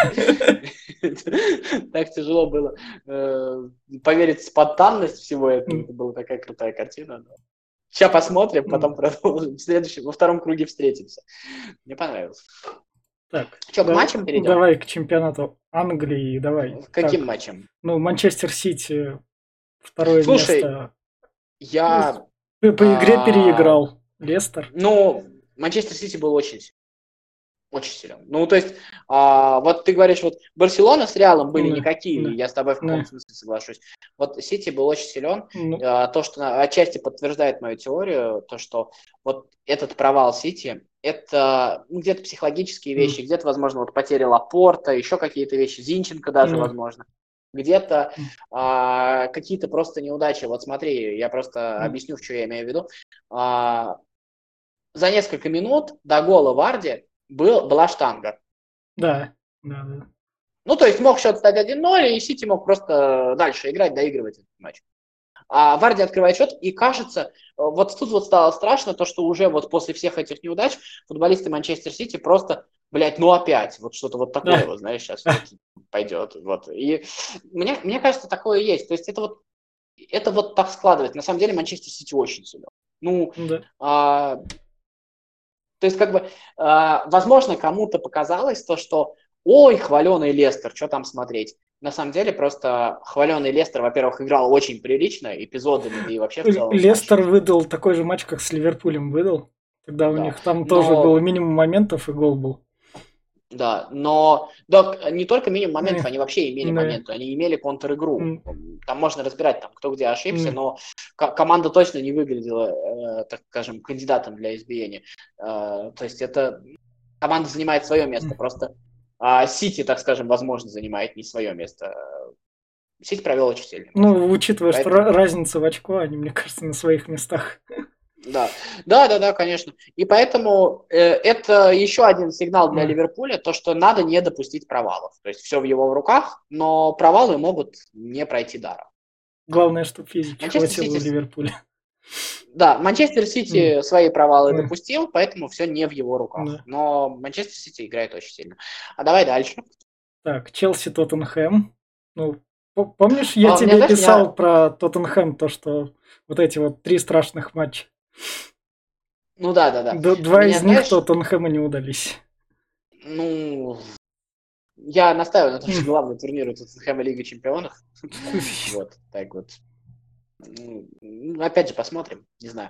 Так тяжело было э, поверить в спонтанность всего этого. Это была такая крутая картина. Сейчас посмотрим, потом продолжим. В следующем, во втором круге встретимся. Мне понравилось. Так, Что, к да- матчам перейдем? давай к чемпионату Англии, давай. К каким Так, матчам? ну, Манчестер Сити второе Слушай, место. я... По по игре а, переиграл Лестер. ну, Манчестер Сити был очень силен. Очень силен. Ну, то есть, а, вот ты говоришь, вот Барселона с Реалом были Да, никакие, да, и я с тобой в да, каком-то смысле соглашусь. Вот Сити был очень силен. ну, А, то, что на- отчасти подтверждает мою теорию, то, что вот этот провал Сити, это ну, где-то психологические вещи, м, где-то, возможно, вот потеря Лапорта, еще какие-то вещи, Зинченко даже, ну, возможно. Где-то м, а, какие-то просто неудачи. Вот смотри, я просто м. объясню, что я имею в виду. А, за несколько минут до гола Варди был, была штанга. Да, да, да. Ну, то есть мог счет стать один ноль, и Сити мог просто дальше играть, доигрывать этот матч. А Варди открывает счет, и кажется, вот тут вот стало страшно, то, что уже вот после всех этих неудач футболисты Манчестер Сити просто, блядь, ну опять, вот что-то вот такое, Да, вот, знаешь, сейчас вот пойдет. Вот. И мне, мне кажется, такое есть. То есть это вот, это вот так складывается. На самом деле Манчестер Сити очень силен. Ну, да. а, то есть, как бы, э, возможно, кому-то показалось то, что ой, хваленый Лестер, что там смотреть. На самом деле, просто хваленый Лестер, во-первых, играл очень прилично, эпизодами, да и вообще в Л- целом Лестер очень. выдал такой же матч, как с Ливерпулем выдал. Тогда у Да. них там тоже Но- было минимум моментов и гол был. Да, но да, не только минимум моментов, Не. они вообще имели Не. моменты, они имели контр-игру. М. Там можно разбирать, там, кто где ошибся, М. но ко- команда точно не выглядела, э, так скажем, кандидатом для избиения. Э, то есть это команда занимает свое место, М. просто а Сити, так скажем, возможно, занимает не свое место. Сити провел очень сильный матч. Ну, учитывая, что Поэтому- ра- разница в очко, они, мне кажется, на своих местах. Да, да, да, да, конечно. И поэтому э, это еще один сигнал для М. Ливерпуля, то, что надо не допустить провалов. То есть все в его руках, но провалы могут не пройти даром. Главное, чтобы физики Манчестер хватило у Сити- Ливерпуля. Да, Манчестер Сити свои провалы М. допустил, поэтому все не в его руках. Да. Но Манчестер Сити играет очень сильно. А давай дальше. Так, Челси, Тоттенхэм. Ну, по- помнишь, я А, тебе мне, знаешь, писал меня- про Тоттенхэм, то, что вот эти вот три страшных матча. Ну да, да, да. Д- Два Меня, из них знаешь, Тоттенхэма не удались. ну, я настаиваю на том, что М. главный турнир у Тоттенхэма Лига Чемпионов. Вот, так вот. Ну, опять же, посмотрим, не знаю.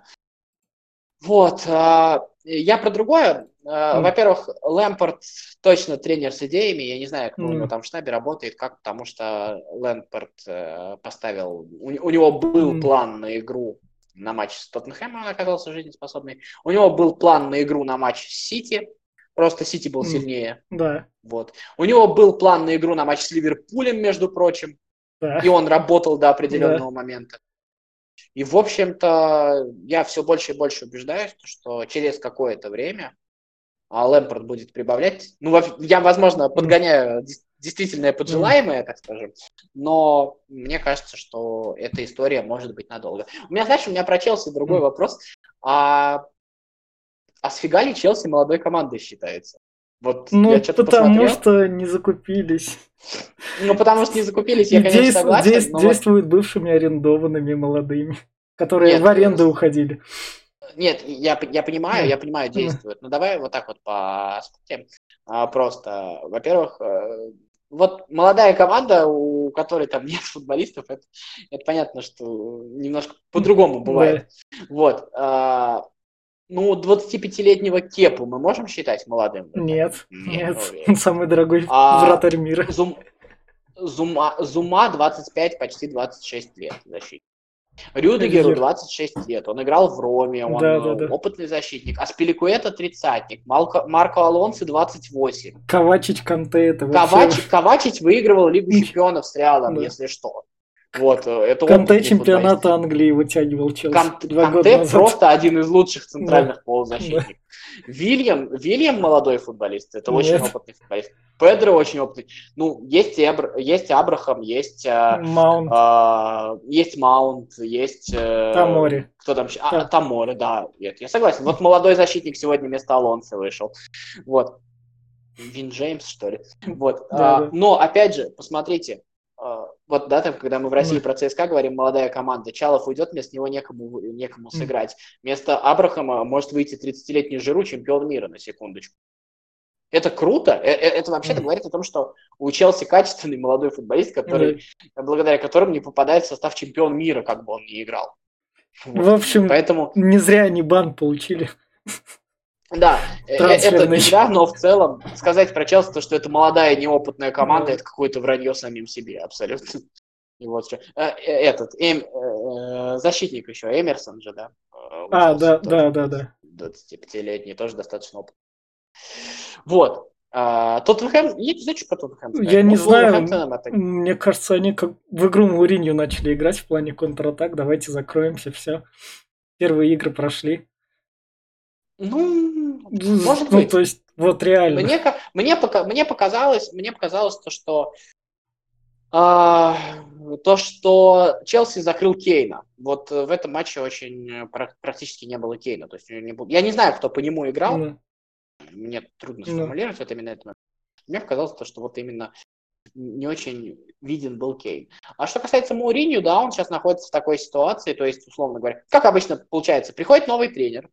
Вот, а, я про другое. А, М. Во-первых, Лэмпорт точно тренер с идеями. Я не знаю, кто у него М. там в штабе работает, как, потому что Лэмпорт э, поставил... У, у него был М. план на игру на матч с Тоттенхэмом, он оказался жизнеспособный. У него был план на игру на матч с Сити, просто Сити был М. сильнее. Да, Вот. У него был план на игру на матч с Ливерпулем, между прочим, да. и он работал до определенного момента. И, в общем-то, я все больше и больше убеждаюсь, что через какое-то время а Лэмпорт будет прибавлять. Ну, во- я, возможно, подгоняю дес- действительное под желаемое, так скажем, но мне кажется, что эта история может быть надолго. У меня, знаешь, у меня про Челси другой М. вопрос. А, а сфига ли Челси молодой командой считается? Вот Ну, я что-то потому посмотрел. что не закупились. Ну, потому что не закупились, я, И конечно, действ- согласен. действ- но вот- действуют бывшими арендованными молодыми, которые Нет, в аренду э, уходили. Нет, я, п- я понимаю, М. я понимаю, действует. Но давай вот так вот посмотрим. А, просто, во-первых, э, вот молодая команда, у которой там нет футболистов, это, это понятно, что немножко по-другому бывает. Вот. а, ну, двадцатипятилетнего Кепу мы можем считать молодым? Да. Нет, Не нет. уверен. Он самый дорогой А, вратарь мира. Зум, Зума, Зума двадцать пять, почти двадцать шесть лет защитник. Рюдигеру Рюдигер. двадцать шесть лет, он играл в Роме, он Да, э, да, да. опытный защитник. Аспиликуэта тридцатник, Малко, Марко Алонсо двадцать восемь. Ковачич, Канте, это вообще... Ковач, Ковачич выигрывал Лигу чемпионов с Реалом, Да. если что. Вот, э, это Канте опытный чемпионата футболист. Англии вытягивал Челси Канте, два года Канте назад. просто один из лучших центральных Да. полузащитников. Вильям, Вильям молодой футболист, это очень Нет. опытный футболист. Педро очень опытный. Ну, есть, Эбр, есть Абрахам, есть, э, Маунт, э, есть Маунт, есть... э, Тамори. Кто там еще? А, Да. Тамори, да. Нет, я согласен. Вот молодой защитник сегодня вместо Алонсо вышел. Вот. Вин Джеймс, что ли? Вот. Да, А, да. но, опять же, посмотрите, а, вот, да, там, когда мы в России Да. про ЦСКА говорим, молодая команда, Чалов уйдет, вместо него некому, некому М. сыграть. Вместо Абрахама может выйти тридцатилетний Жиру, чемпион мира, на секундочку. Это круто. Э- э- Это вообще-то М. говорит о том, что у Челси качественный молодой футболист, который, благодаря которому не попадает в состав чемпион мира, как бы он ни играл. Вот. В общем, Поэтому, не зря они бан получили. да, э- э- это Трансферный. не зря, но в целом сказать про Челси, то, что это молодая, неопытная команда, Да. это какое-то вранье самим себе, абсолютно. И вот что. Э, э, Этот, эм, э, защитник еще, Эмерсон же, да? э, у А, Челси да, тоже да, да, да. двадцатипятилетний, тоже достаточно опытный. Вот. А, Тоттенхэм, я не знаю, что про Тоттенхэм сказать. Я Ну, не с знаю, Вулверхэмптоном это- мне кажется, они как в игру Мourinho начали играть в плане контратак. Давайте закроемся, все. Первые игры прошли. Ну, может Ну, быть. то есть, вот реально. Мне, ка- мне, пока- мне показалось, мне показалось то, что а, то, что Челси закрыл Кейна. Вот э, в этом матче очень э, пра- практически не было Кейна. То есть, не был- я не знаю, кто по нему играл. Ну, Мне трудно Ну. сформулировать вот именно это. Мне показалось то, что вот именно не очень виден был Кейн. А что касается Мауриньо, да, он сейчас находится в такой ситуации, то есть, условно говоря, как обычно получается, приходит новый тренер,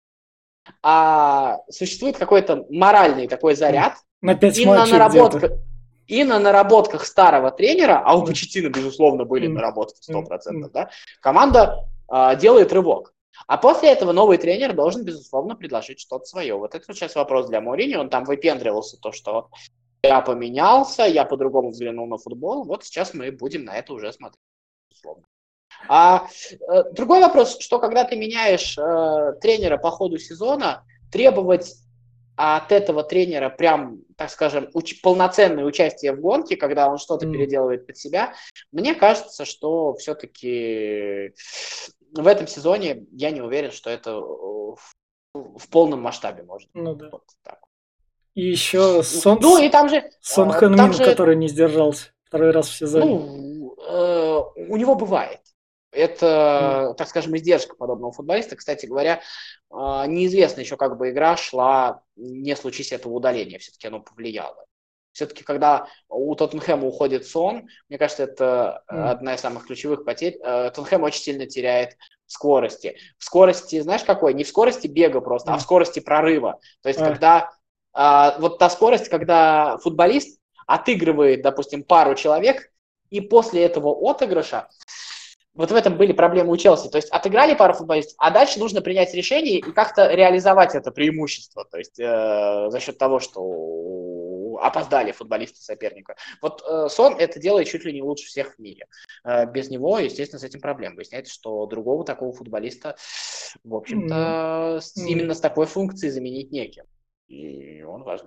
а существует какой-то моральный такой заряд, на пять и на, матчей наработка, где-то. и на наработках старого тренера, а у Мгм. Почеттино, безусловно, были Мгм. наработки сто процентов, Мгм. да, команда а, делает рывок. А после этого новый тренер должен, безусловно, предложить что-то свое. Вот это вот сейчас вопрос для Мourinho. Он там выпендривался, то, что я поменялся, я по-другому взглянул на футбол. Вот сейчас мы будем на это уже смотреть, безусловно. А э, другой вопрос, что когда ты меняешь э, тренера по ходу сезона, требовать от этого тренера прям, так скажем, уч- полноценное участие в гонке, когда он что-то Mm. переделывает под себя, мне кажется, что все-таки в этом сезоне я не уверен, что это в, в полном масштабе может быть. Ну да. Вот так. И еще Сон, Ну и там же... Сон э, Хэн там Мин, же, который не сдержался второй раз в сезоне. ну, э, у него бывает. Это, Mm. так скажем, издержка подобного футболиста. Кстати говоря, э, неизвестно еще, как бы игра шла, не случись этого удаления. Все-таки оно повлияло. Все-таки, когда у Тоттенхэма уходит Сон, мне кажется, это Mm. одна из самых ключевых потерь. Э, Тоттенхэм очень сильно теряет в скорости. В скорости, знаешь, какой? Не в скорости бега просто, Mm. а в скорости прорыва. То есть, А. когда э, вот та скорость, когда футболист отыгрывает, допустим, пару человек, и после этого отыгрыша, вот в этом были проблемы у Челси. То есть отыграли пару футболистов, а дальше нужно принять решение и как-то реализовать это преимущество. То есть э, за счет того, что опоздали футболисты соперника. Вот э, Сон это делает чуть ли не лучше всех в мире. Э, без него, естественно, с этим проблем. Выясняется, что другого такого футболиста, в общем-то, с, Mm. именно с такой функцией заменить неким. И он важный.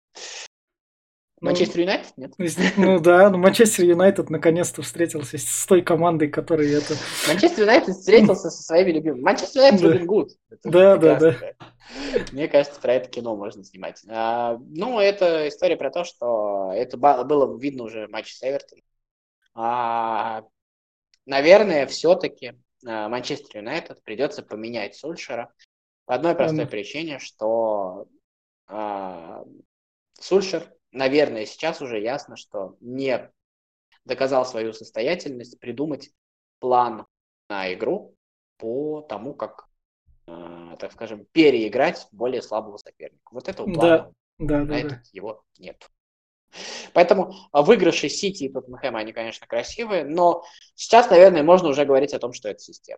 Ну, Манчестер Юнайтед? Нет. Ну да, но Манчестер Юнайтед наконец-то встретился с той командой, которая это... Манчестер Юнайтед встретился со своими любимыми. Манчестер Юнайтед Да. Робин Гуд. Это Да, да, прекрасно, да. Мне кажется, про это кино можно снимать. А, ну, это история про то, что это ба- было видно уже в матче с Эвертоном. А, наверное, все-таки а, Манчестер Юнайтед придется поменять Сульшера по одной простой Он- причине, что а, Сульшер, наверное, сейчас уже ясно, что не доказал свою состоятельность придумать план на игру по тому, как, э, так скажем, переиграть более слабого соперника. Вот этого Да, плана да, на да, этот да. его нет. Поэтому а, выигрыши Сити и Тоттенхэма, они, конечно, красивые, но сейчас, наверное, можно уже говорить о том, что это система.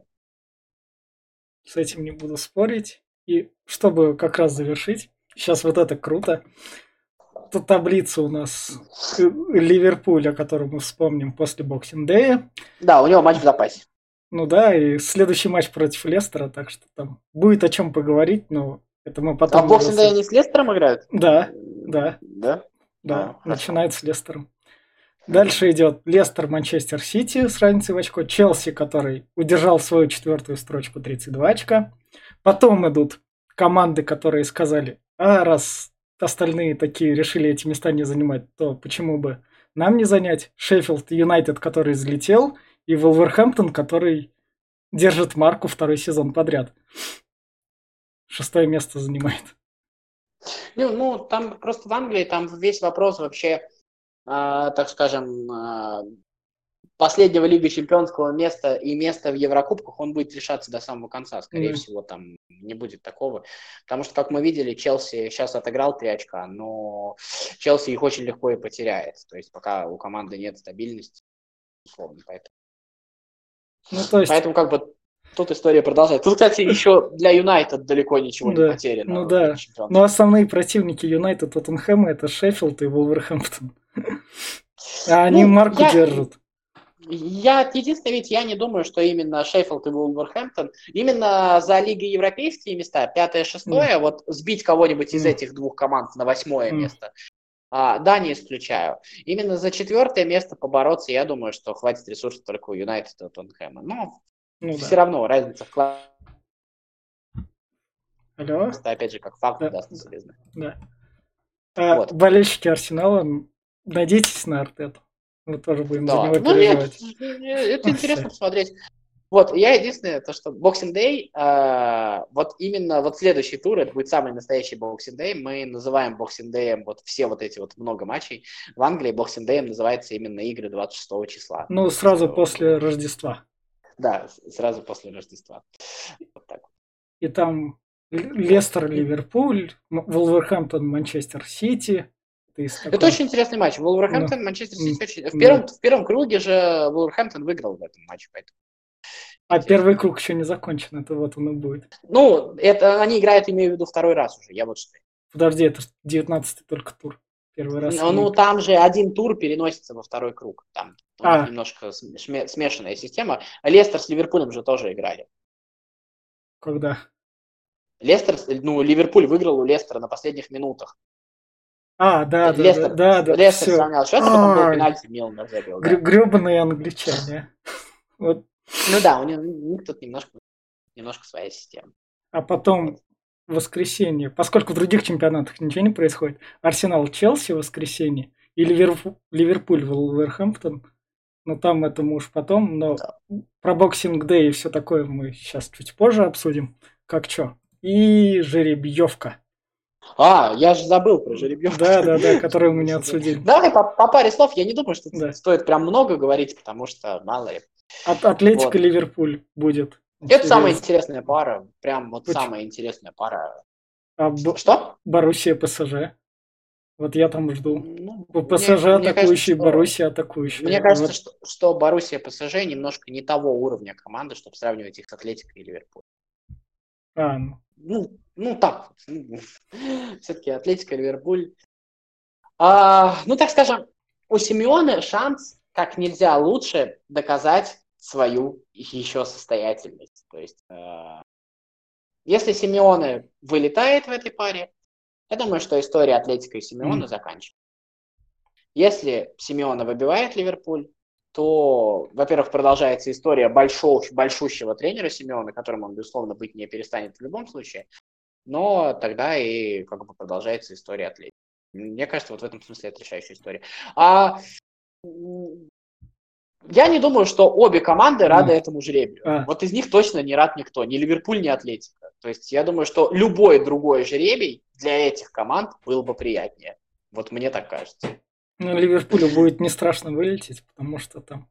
С этим не буду спорить. И чтобы как раз завершить, сейчас вот это круто. Тут таблица у нас э, Ливерпуль, о котором мы вспомним после Боксинг-Дэя. Да, у него матч в запасе. Ну да, и следующий матч против Лестера, так что там будет о чем поговорить, но это мы А потом в уже... боксинге с- они с Лестером играют? Да, да, Да? да, А, хорошо. начинает с Лестером. Дальше идет Лестер, Манчестер Сити с разницей в очко. Челси, который удержал свою четвертую строчку, тридцать два очка. Потом идут команды, которые сказали, а раз остальные такие решили эти места не занимать, то почему бы нам не занять? Шеффилд Юнайтед, который взлетел, и Вулверхэмптон, который держит марку второй сезон подряд. Шестое место занимает. Ну, ну, там просто в Англии там весь вопрос вообще, а, так скажем, а, последнего Лиги Чемпионского места и места в Еврокубках, он будет решаться до самого конца. Скорее Да. всего, там не будет такого. Потому что, как мы видели, Челси сейчас отыграл три очка, но Челси их очень легко и потеряет. То есть пока у команды нет стабильности, условно. Поэтому, Ну, то есть, поэтому как бы тут история продолжается. Тут, кстати, еще для Юнайтед далеко ничего не да, потеряно. ну в да. Лиге Чемпионов. Но основные противники Юнайтед, Тоттенхэма, это Шеффилд и Вулверхэмптон. А они Ну, марку я- держат. Я, единственное, ведь я не думаю, что именно Шеффилд и Вулверхэмптон, именно за Лигой европейские места, пятое, шестое, вот сбить кого-нибудь из Mm. этих двух команд на восьмое Mm. место, а, да, не исключаю. Именно за четвертое место побороться, я думаю, что хватит ресурсов только у Юнайтеда и Тоттенхэма. Но Ну все да. равно разница в классе, Алло? опять же, как факт, Да, даст да. себе знать. Да. А Вот. болельщики Арсенала, надейтесь на Артету. Мы тоже будем за Да. него Ну нет, переживать. это интересно посмотреть. Вот, я единственное, то, что Boxing Day, э, вот именно вот следующий тур, это будет самый настоящий Boxing Day, мы называем Boxing Day вот все вот эти вот много матчей. В Англии Boxing Day называется именно игры двадцать шестого числа. Ну, сразу после Рождества. Да, с- сразу после Рождества. Вот так. И там Л- Лестер, Ливерпуль, М- Вулверхэмптон, Манчестер Сити. Это, из Это такого. очень интересный матч. Вулверхэмптон, Ну, Манчестер Сити. м, очень- В да. первом, в первом круге же Вулверхэмптон выиграл в этом матче, поэтому А первый круг еще не закончен, это вот он и будет. Ну, это они играют, имею в виду, второй раз уже, я вот что. Подожди, это девятнадцатый только тур. Первый раз. Ну, ну, там же один тур переносится во второй круг. Там у А. них немножко сме- смешанная система. Лестер с Ливерпулем же тоже играли. Когда? Лестер, ну, Ливерпуль выиграл у Лестера на последних минутах. А, да, да, Лестер, да, да, Лестер всё. сравнял счет, а потом был Ай. пенальти, Милнер забил. Да. Грё- Грёбаные англичане. Вот. Ну да, у них, у них тут немножко, немножко своя система. А потом воскресенье. Поскольку в других чемпионатах ничего не происходит. Арсенал Челси в воскресенье. И Ливерпу- Ливерпуль Вулверхэмптон. Ну там это мы уж потом. Но Да. про Боксинг Дэй и все такое мы сейчас чуть позже обсудим. Как чё. И жеребьевка. А, я же забыл про жеребьевку. Да, да, да, которую мы не обсудили. Давай по, по паре слов. Я не думаю, что Да. стоит прям много говорить, потому что мало ли. От Атлетика Вот. Ливерпуль будет. Это самая Интересно. интересная пара. Прям вот Почему? самая интересная пара. А Б- Что? Боруссия ПСЖ. Вот я там жду. Ну, У мне- ПСЖ мне кажется, атакующий, что- Боруссия атакующий. Мне кажется, что, что Боруссия ПСЖ немножко не того уровня команды, чтобы сравнивать их с Атлетикой и Ливерпулем. А, ну, Ну, ну так. Все-таки Атлетика и Ливерпуль. А, ну, так скажем, у Симеоне шанс как нельзя лучше доказать свою еще состоятельность. То есть, э, если Симеоне вылетает в этой паре, я думаю, что история Атлетика и Симеона Mm. заканчивается. Если Симеоне выбивает Ливерпуль, то, во-первых, продолжается история большого, большущего тренера Симеона, которым он, безусловно, быть не перестанет в любом случае, но тогда и как бы продолжается история Атлетики. Мне кажется, вот в этом смысле это решающая история. А м, я не думаю, что обе команды рады Mm. этому жребию. А. Вот из них точно не рад никто, ни Ливерпуль, ни Атлетика. То есть я думаю, что любой другой жребий для этих команд был бы приятнее. Вот мне так кажется. ну, Ливерпулю будет не страшно вылететь, потому что там...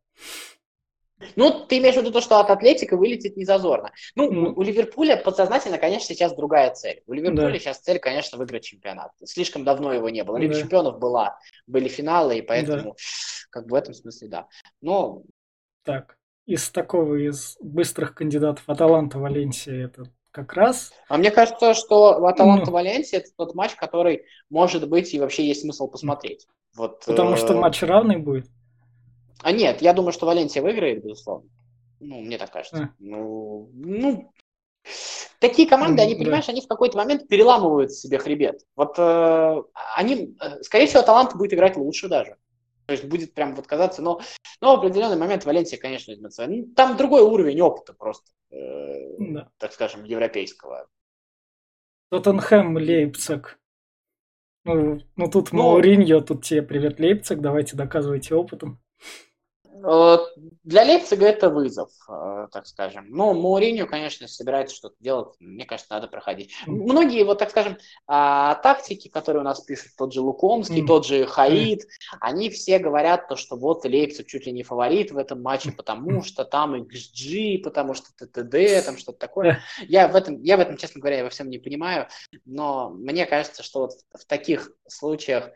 Ну, ты имеешь в виду то, что от Атлетика вылетит не зазорно. Ну, Ну. у, у Ливерпуля подсознательно, конечно, сейчас другая цель. У Ливерпуля Да. сейчас цель, конечно, выиграть чемпионат. Слишком давно его не было. Лига Да. чемпионов была, были финалы, и поэтому, как бы в этом смысле, да. Но Так, из такого, из быстрых кандидатов Аталанта, Валенсия, это как раз... а мне кажется, что Аталанта Ну. Валенсия это тот матч, который, может быть, и вообще есть смысл посмотреть. Вот, Потому что э, матч равный будет. А нет, я думаю, что Валенсия выиграет, безусловно. Ну, мне так кажется. А. Ну, ну, такие команды, М, они, да. понимаешь, они в какой-то момент переламывают себе хребет. Вот э, они, э, скорее всего, Аталанта будет играть лучше даже. То есть будет прям вот казаться, но, но в определенный момент Валенсия, конечно, возьмет свое. Ну, там другой уровень опыта просто, э, Да. так скажем, европейского. Тоттенхэм, Лейпциг. Ну, ну тут Ну. Мауриньо, тут тебе привет, Лейпциг, давайте доказывайте опытом. Э, Для Лейпцига это вызов, э, так скажем. Но Мауриньо, конечно, собирается что-то делать. Мне кажется, надо проходить. М. Многие, вот так скажем, а, тактики, которые у нас пишут, тот же Лукомский, М. тот же Хаид, они все говорят то, что вот Лейпциг чуть ли не фаворит в этом матче, потому что там икс джи, потому что ТТД, там что-то такое. Я в этом, я в этом, честно говоря, я во всем не понимаю, но мне кажется, что вот в таких случаях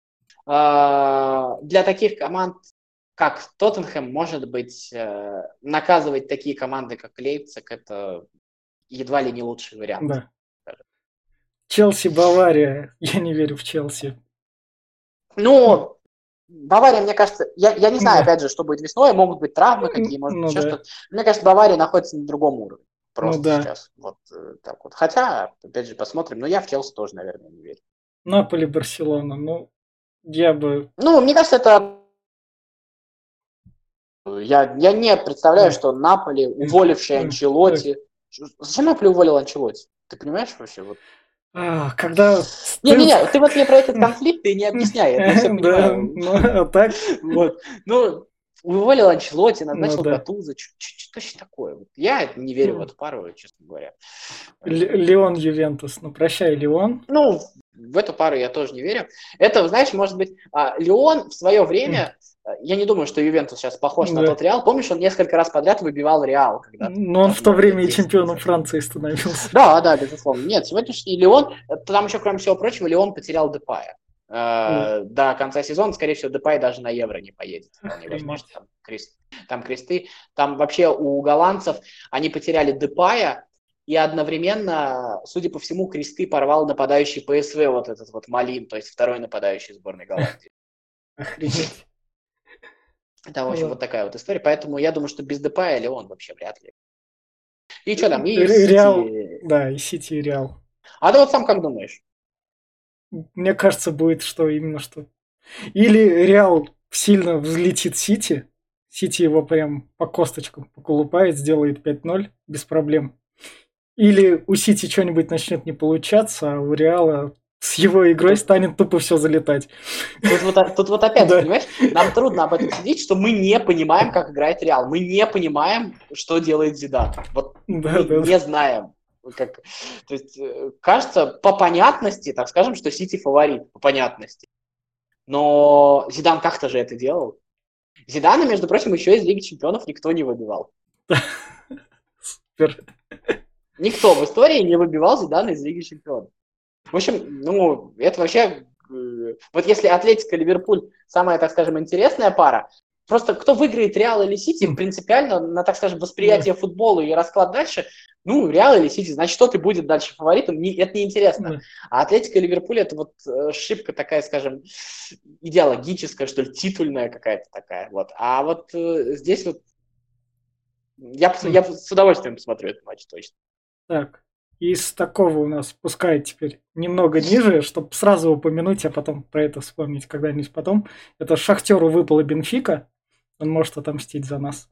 а, для таких команд, как Тоттенхэм, может быть, э, наказывать такие команды, как Лейпциг, это едва ли не лучший вариант. Да. Челси, Бавария. Я не верю в Челси. Ну, Бавария, мне кажется, я, я не знаю, Да. опять же, что будет весной, могут быть травмы какие, может Ну быть, еще да. что-то. Мне кажется, Бавария находится на другом уровне. Просто Ну да. сейчас. Вот э, так вот. Хотя, опять же, посмотрим. Но я в Челси тоже, наверное, не верю. Наполи, Барселона. Ну, я бы... Ну, мне кажется, это... Я, я не представляю, Да. что Наполи, уволивший М. Анчелотти... Зачем Наполи уволил Анчелотти? Ты понимаешь вообще? Вот. А, когда... Не-не-не, ты вот мне про этот конфликт ты не объясняй, это я все Да, понимаю. ну, а так... Вот. Ну, уволил Анчелотти, назначил Ну да. Гатузо, что еще такое? Вот я не верю в Ну. эту пару, честно говоря. Л- Леон, Ювентус. Ну, прощай, Леон. Ну, в эту пару я тоже не верю. Это, знаешь, может быть, а, Леон в свое время, а, я не думаю, что Ювентус сейчас похож на Да. тот Реал. Помнишь, он несколько раз подряд выбивал Реал. Когда Но он в то время и чемпионом Франции становился. Да, да, безусловно. Нет, сегодняшний Леон, там еще, кроме всего прочего, Леон потерял Депая. э, до конца сезона. Скорее всего, Депай даже на Евро не поедет. Вполне возможно, Охренеть. там, крест, там кресты. Там вообще у голландцев они потеряли Депая, и одновременно, судя по всему, кресты порвал нападающий ПСВ, вот этот вот Малин, то есть второй нападающий сборной Голландии. Охренеть. Это, в общем, Ладно. вот такая вот история. Поэтому я думаю, что без Депая Леон вообще вряд ли. И что там? И Ре- Реал, Сити. да, и Сити, и Реал. А ты вот сам как думаешь? Мне кажется, будет что именно что. Или Реал сильно взлетит Сити, Сити его прям по косточкам поколупает, сделает пять ноль без проблем. Или у Сити что-нибудь начнет не получаться, а у Реала с его игрой Тут, станет тупо все залетать. тут, вот, тут вот опять, Да, понимаешь, нам трудно об этом судить, что мы не понимаем, как играет Реал. Мы не понимаем, что делает Зидан. Вот да, мы да. не знаем. Как, то есть, э, кажется, по понятности, так скажем, что Сити фаворит, по понятности. Но Зидан как-то же это делал. Зидана, между прочим, еще из Лиги Чемпионов никто не выбивал. Супер. Никто в истории не выбивал Зидана из Лиги Чемпионов. В общем, ну, это вообще... э, Вот если Атлетико и Ливерпуль самая, так скажем, интересная пара, просто кто выиграет Реал или Сити, М. принципиально на, так скажем, восприятие футбола и расклад дальше, ну, Реал или Сити, значит, что ты будет дальше фаворитом, не, это неинтересно. Да. А Атлетико и Ливерпуль это вот э, ошибка такая, скажем, идеологическая, что ли, титульная какая-то такая. Вот. А вот э, здесь вот я, пос- М. я с удовольствием посмотрю этот матч точно. Так, из такого у нас пускай теперь немного ниже, чтобы сразу упомянуть, а потом про это вспомнить когда-нибудь потом. Это Шахтеру выпала Бенфика. Он может отомстить за нас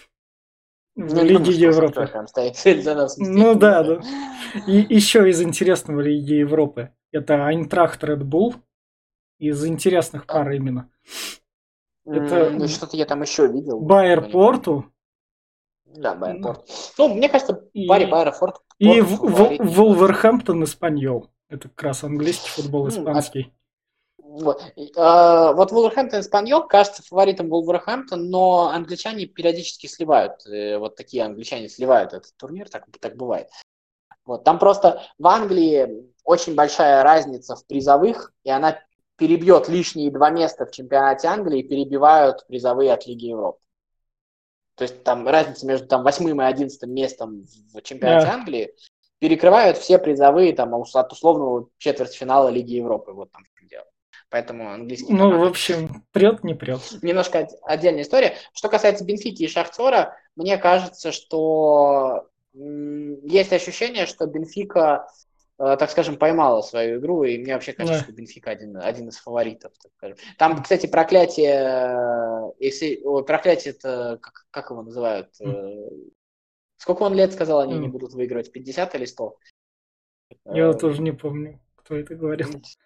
в Ну, не Лиге думаю, что у Шахтера Европы. прям стоит цель за нас мстить. Ну Ну, да, да. да. И еще из интересного Лиги Европы. Это Айнтрахт Ред Булл. Из интересных А, пар именно. Это м, ну, что-то я там еще видел. Байер но не помню. Порту Да, Байер Порт. Ну, мне кажется, в паре и, Байера Форт, и Порту В- В- фаворит не может. Вулверхэмптон Испаньол. Это как раз английский футбол, М, а- испанский. Вот, И, а, вот Вулверхэмптон Испаньол кажется фаворитом Вулверхэмптон, но англичане периодически сливают. э, Вот такие англичане сливают этот турнир, так, так бывает. Вот, там просто в Англии очень большая разница в призовых, и она перебьет лишние два места в чемпионате Англии и перебивают призовые от Лиги Европы. То есть там разница между там, восьмым и одиннадцатым местом в чемпионате Да. Англии перекрывают все призовые там, от условного четвертьфинала Лиги Европы. Вот там в чем дело. Поэтому английские Ну, в команды. общем, прет, не прет. Немножко от- отдельная история. Что касается Бенфики и Шахтера, мне кажется, что м, есть ощущение, что Бенфика, э, так скажем, поймала свою игру, и мне вообще кажется, Да. что Бенфика один, один из фаворитов. Так скажем. Там, кстати, проклятие, э, если, ой, проклятие это, как, как его называют? э, Сколько он лет, сказал, они не М. будут выигрывать? пятьдесят или сто? Я вот Э, тоже не помню, кто это говорил.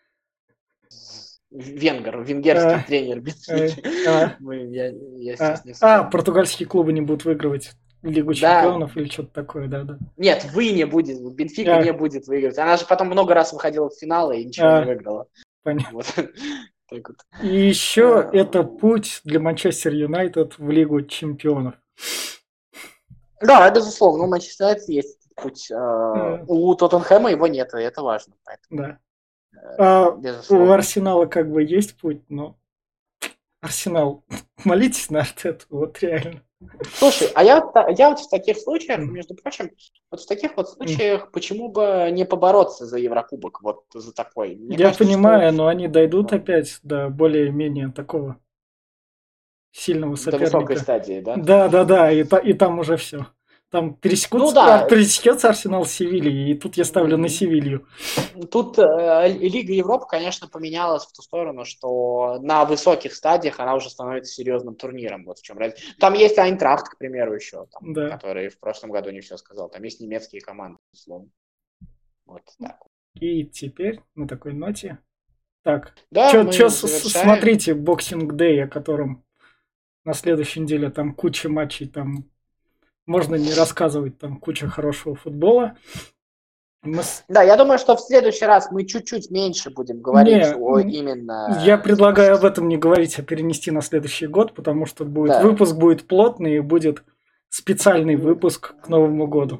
Венгер, венгерский А, тренер а, Бенфики. а, Мы- Я, я а. сейчас не А, вспомню. португальские клубы не будут выигрывать Лигу Да, чемпионов или что-то такое, да, да. нет, вы не будет, Бенфика не А, будет выигрывать. Она же потом много раз выходила в финалы и ничего не а, выиграла. понятно. Вот. Так вот. И еще это путь для Манчестер Юнайтед в Лигу чемпионов. Да, безусловно, у Манчестер Юнайтед есть этот путь. Э, Э, У Тоттенхэма его нет, и это важно. Поэтому, Да. э, А у безусловно. Арсенала как бы есть путь, но Арсенал, молитесь на Артету, вот реально. Слушай, а я, вот та- я вот в таких случаях, М, между прочим, вот в таких вот м. случаях, почему бы не побороться за Еврокубок, вот за такой? Мне Я кажется, что понимаю, но они дойдут ну, опять до более-менее такого сильного до высокой соперника. стадии, да? Да, да, да, и, та- и там уже все. Там Ну пересекутся, а, да, пересекется Арсенал с Севильей, и тут я ставлю на м, Севилью. тут э, Лига Европы, конечно, поменялась в ту сторону, что на высоких стадиях она уже становится серьезным турниром. Вот в чем разница. Там есть Айнтрахт, к примеру, еще, там, Да. который в прошлом году не все сказал. Там есть немецкие команды, условно. Вот так. И теперь на такой ноте. Так, Да, чё, мы чё с- с- завершаем. смотрите Boxing Day, о котором на следующей неделе там куча матчей, там можно не рассказывать, там куча хорошего футбола. Мы с- Да, я думаю, что в следующий раз мы чуть-чуть меньше будем говорить Не, о м, именно... я предлагаю об этом не говорить, а перенести на следующий год, потому что будет Да. выпуск будет плотный и будет специальный выпуск к Новому году.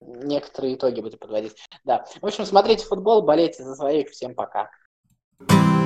Некоторые итоги будем подводить. Да. В общем, смотрите футбол, болейте за своих. Всем пока.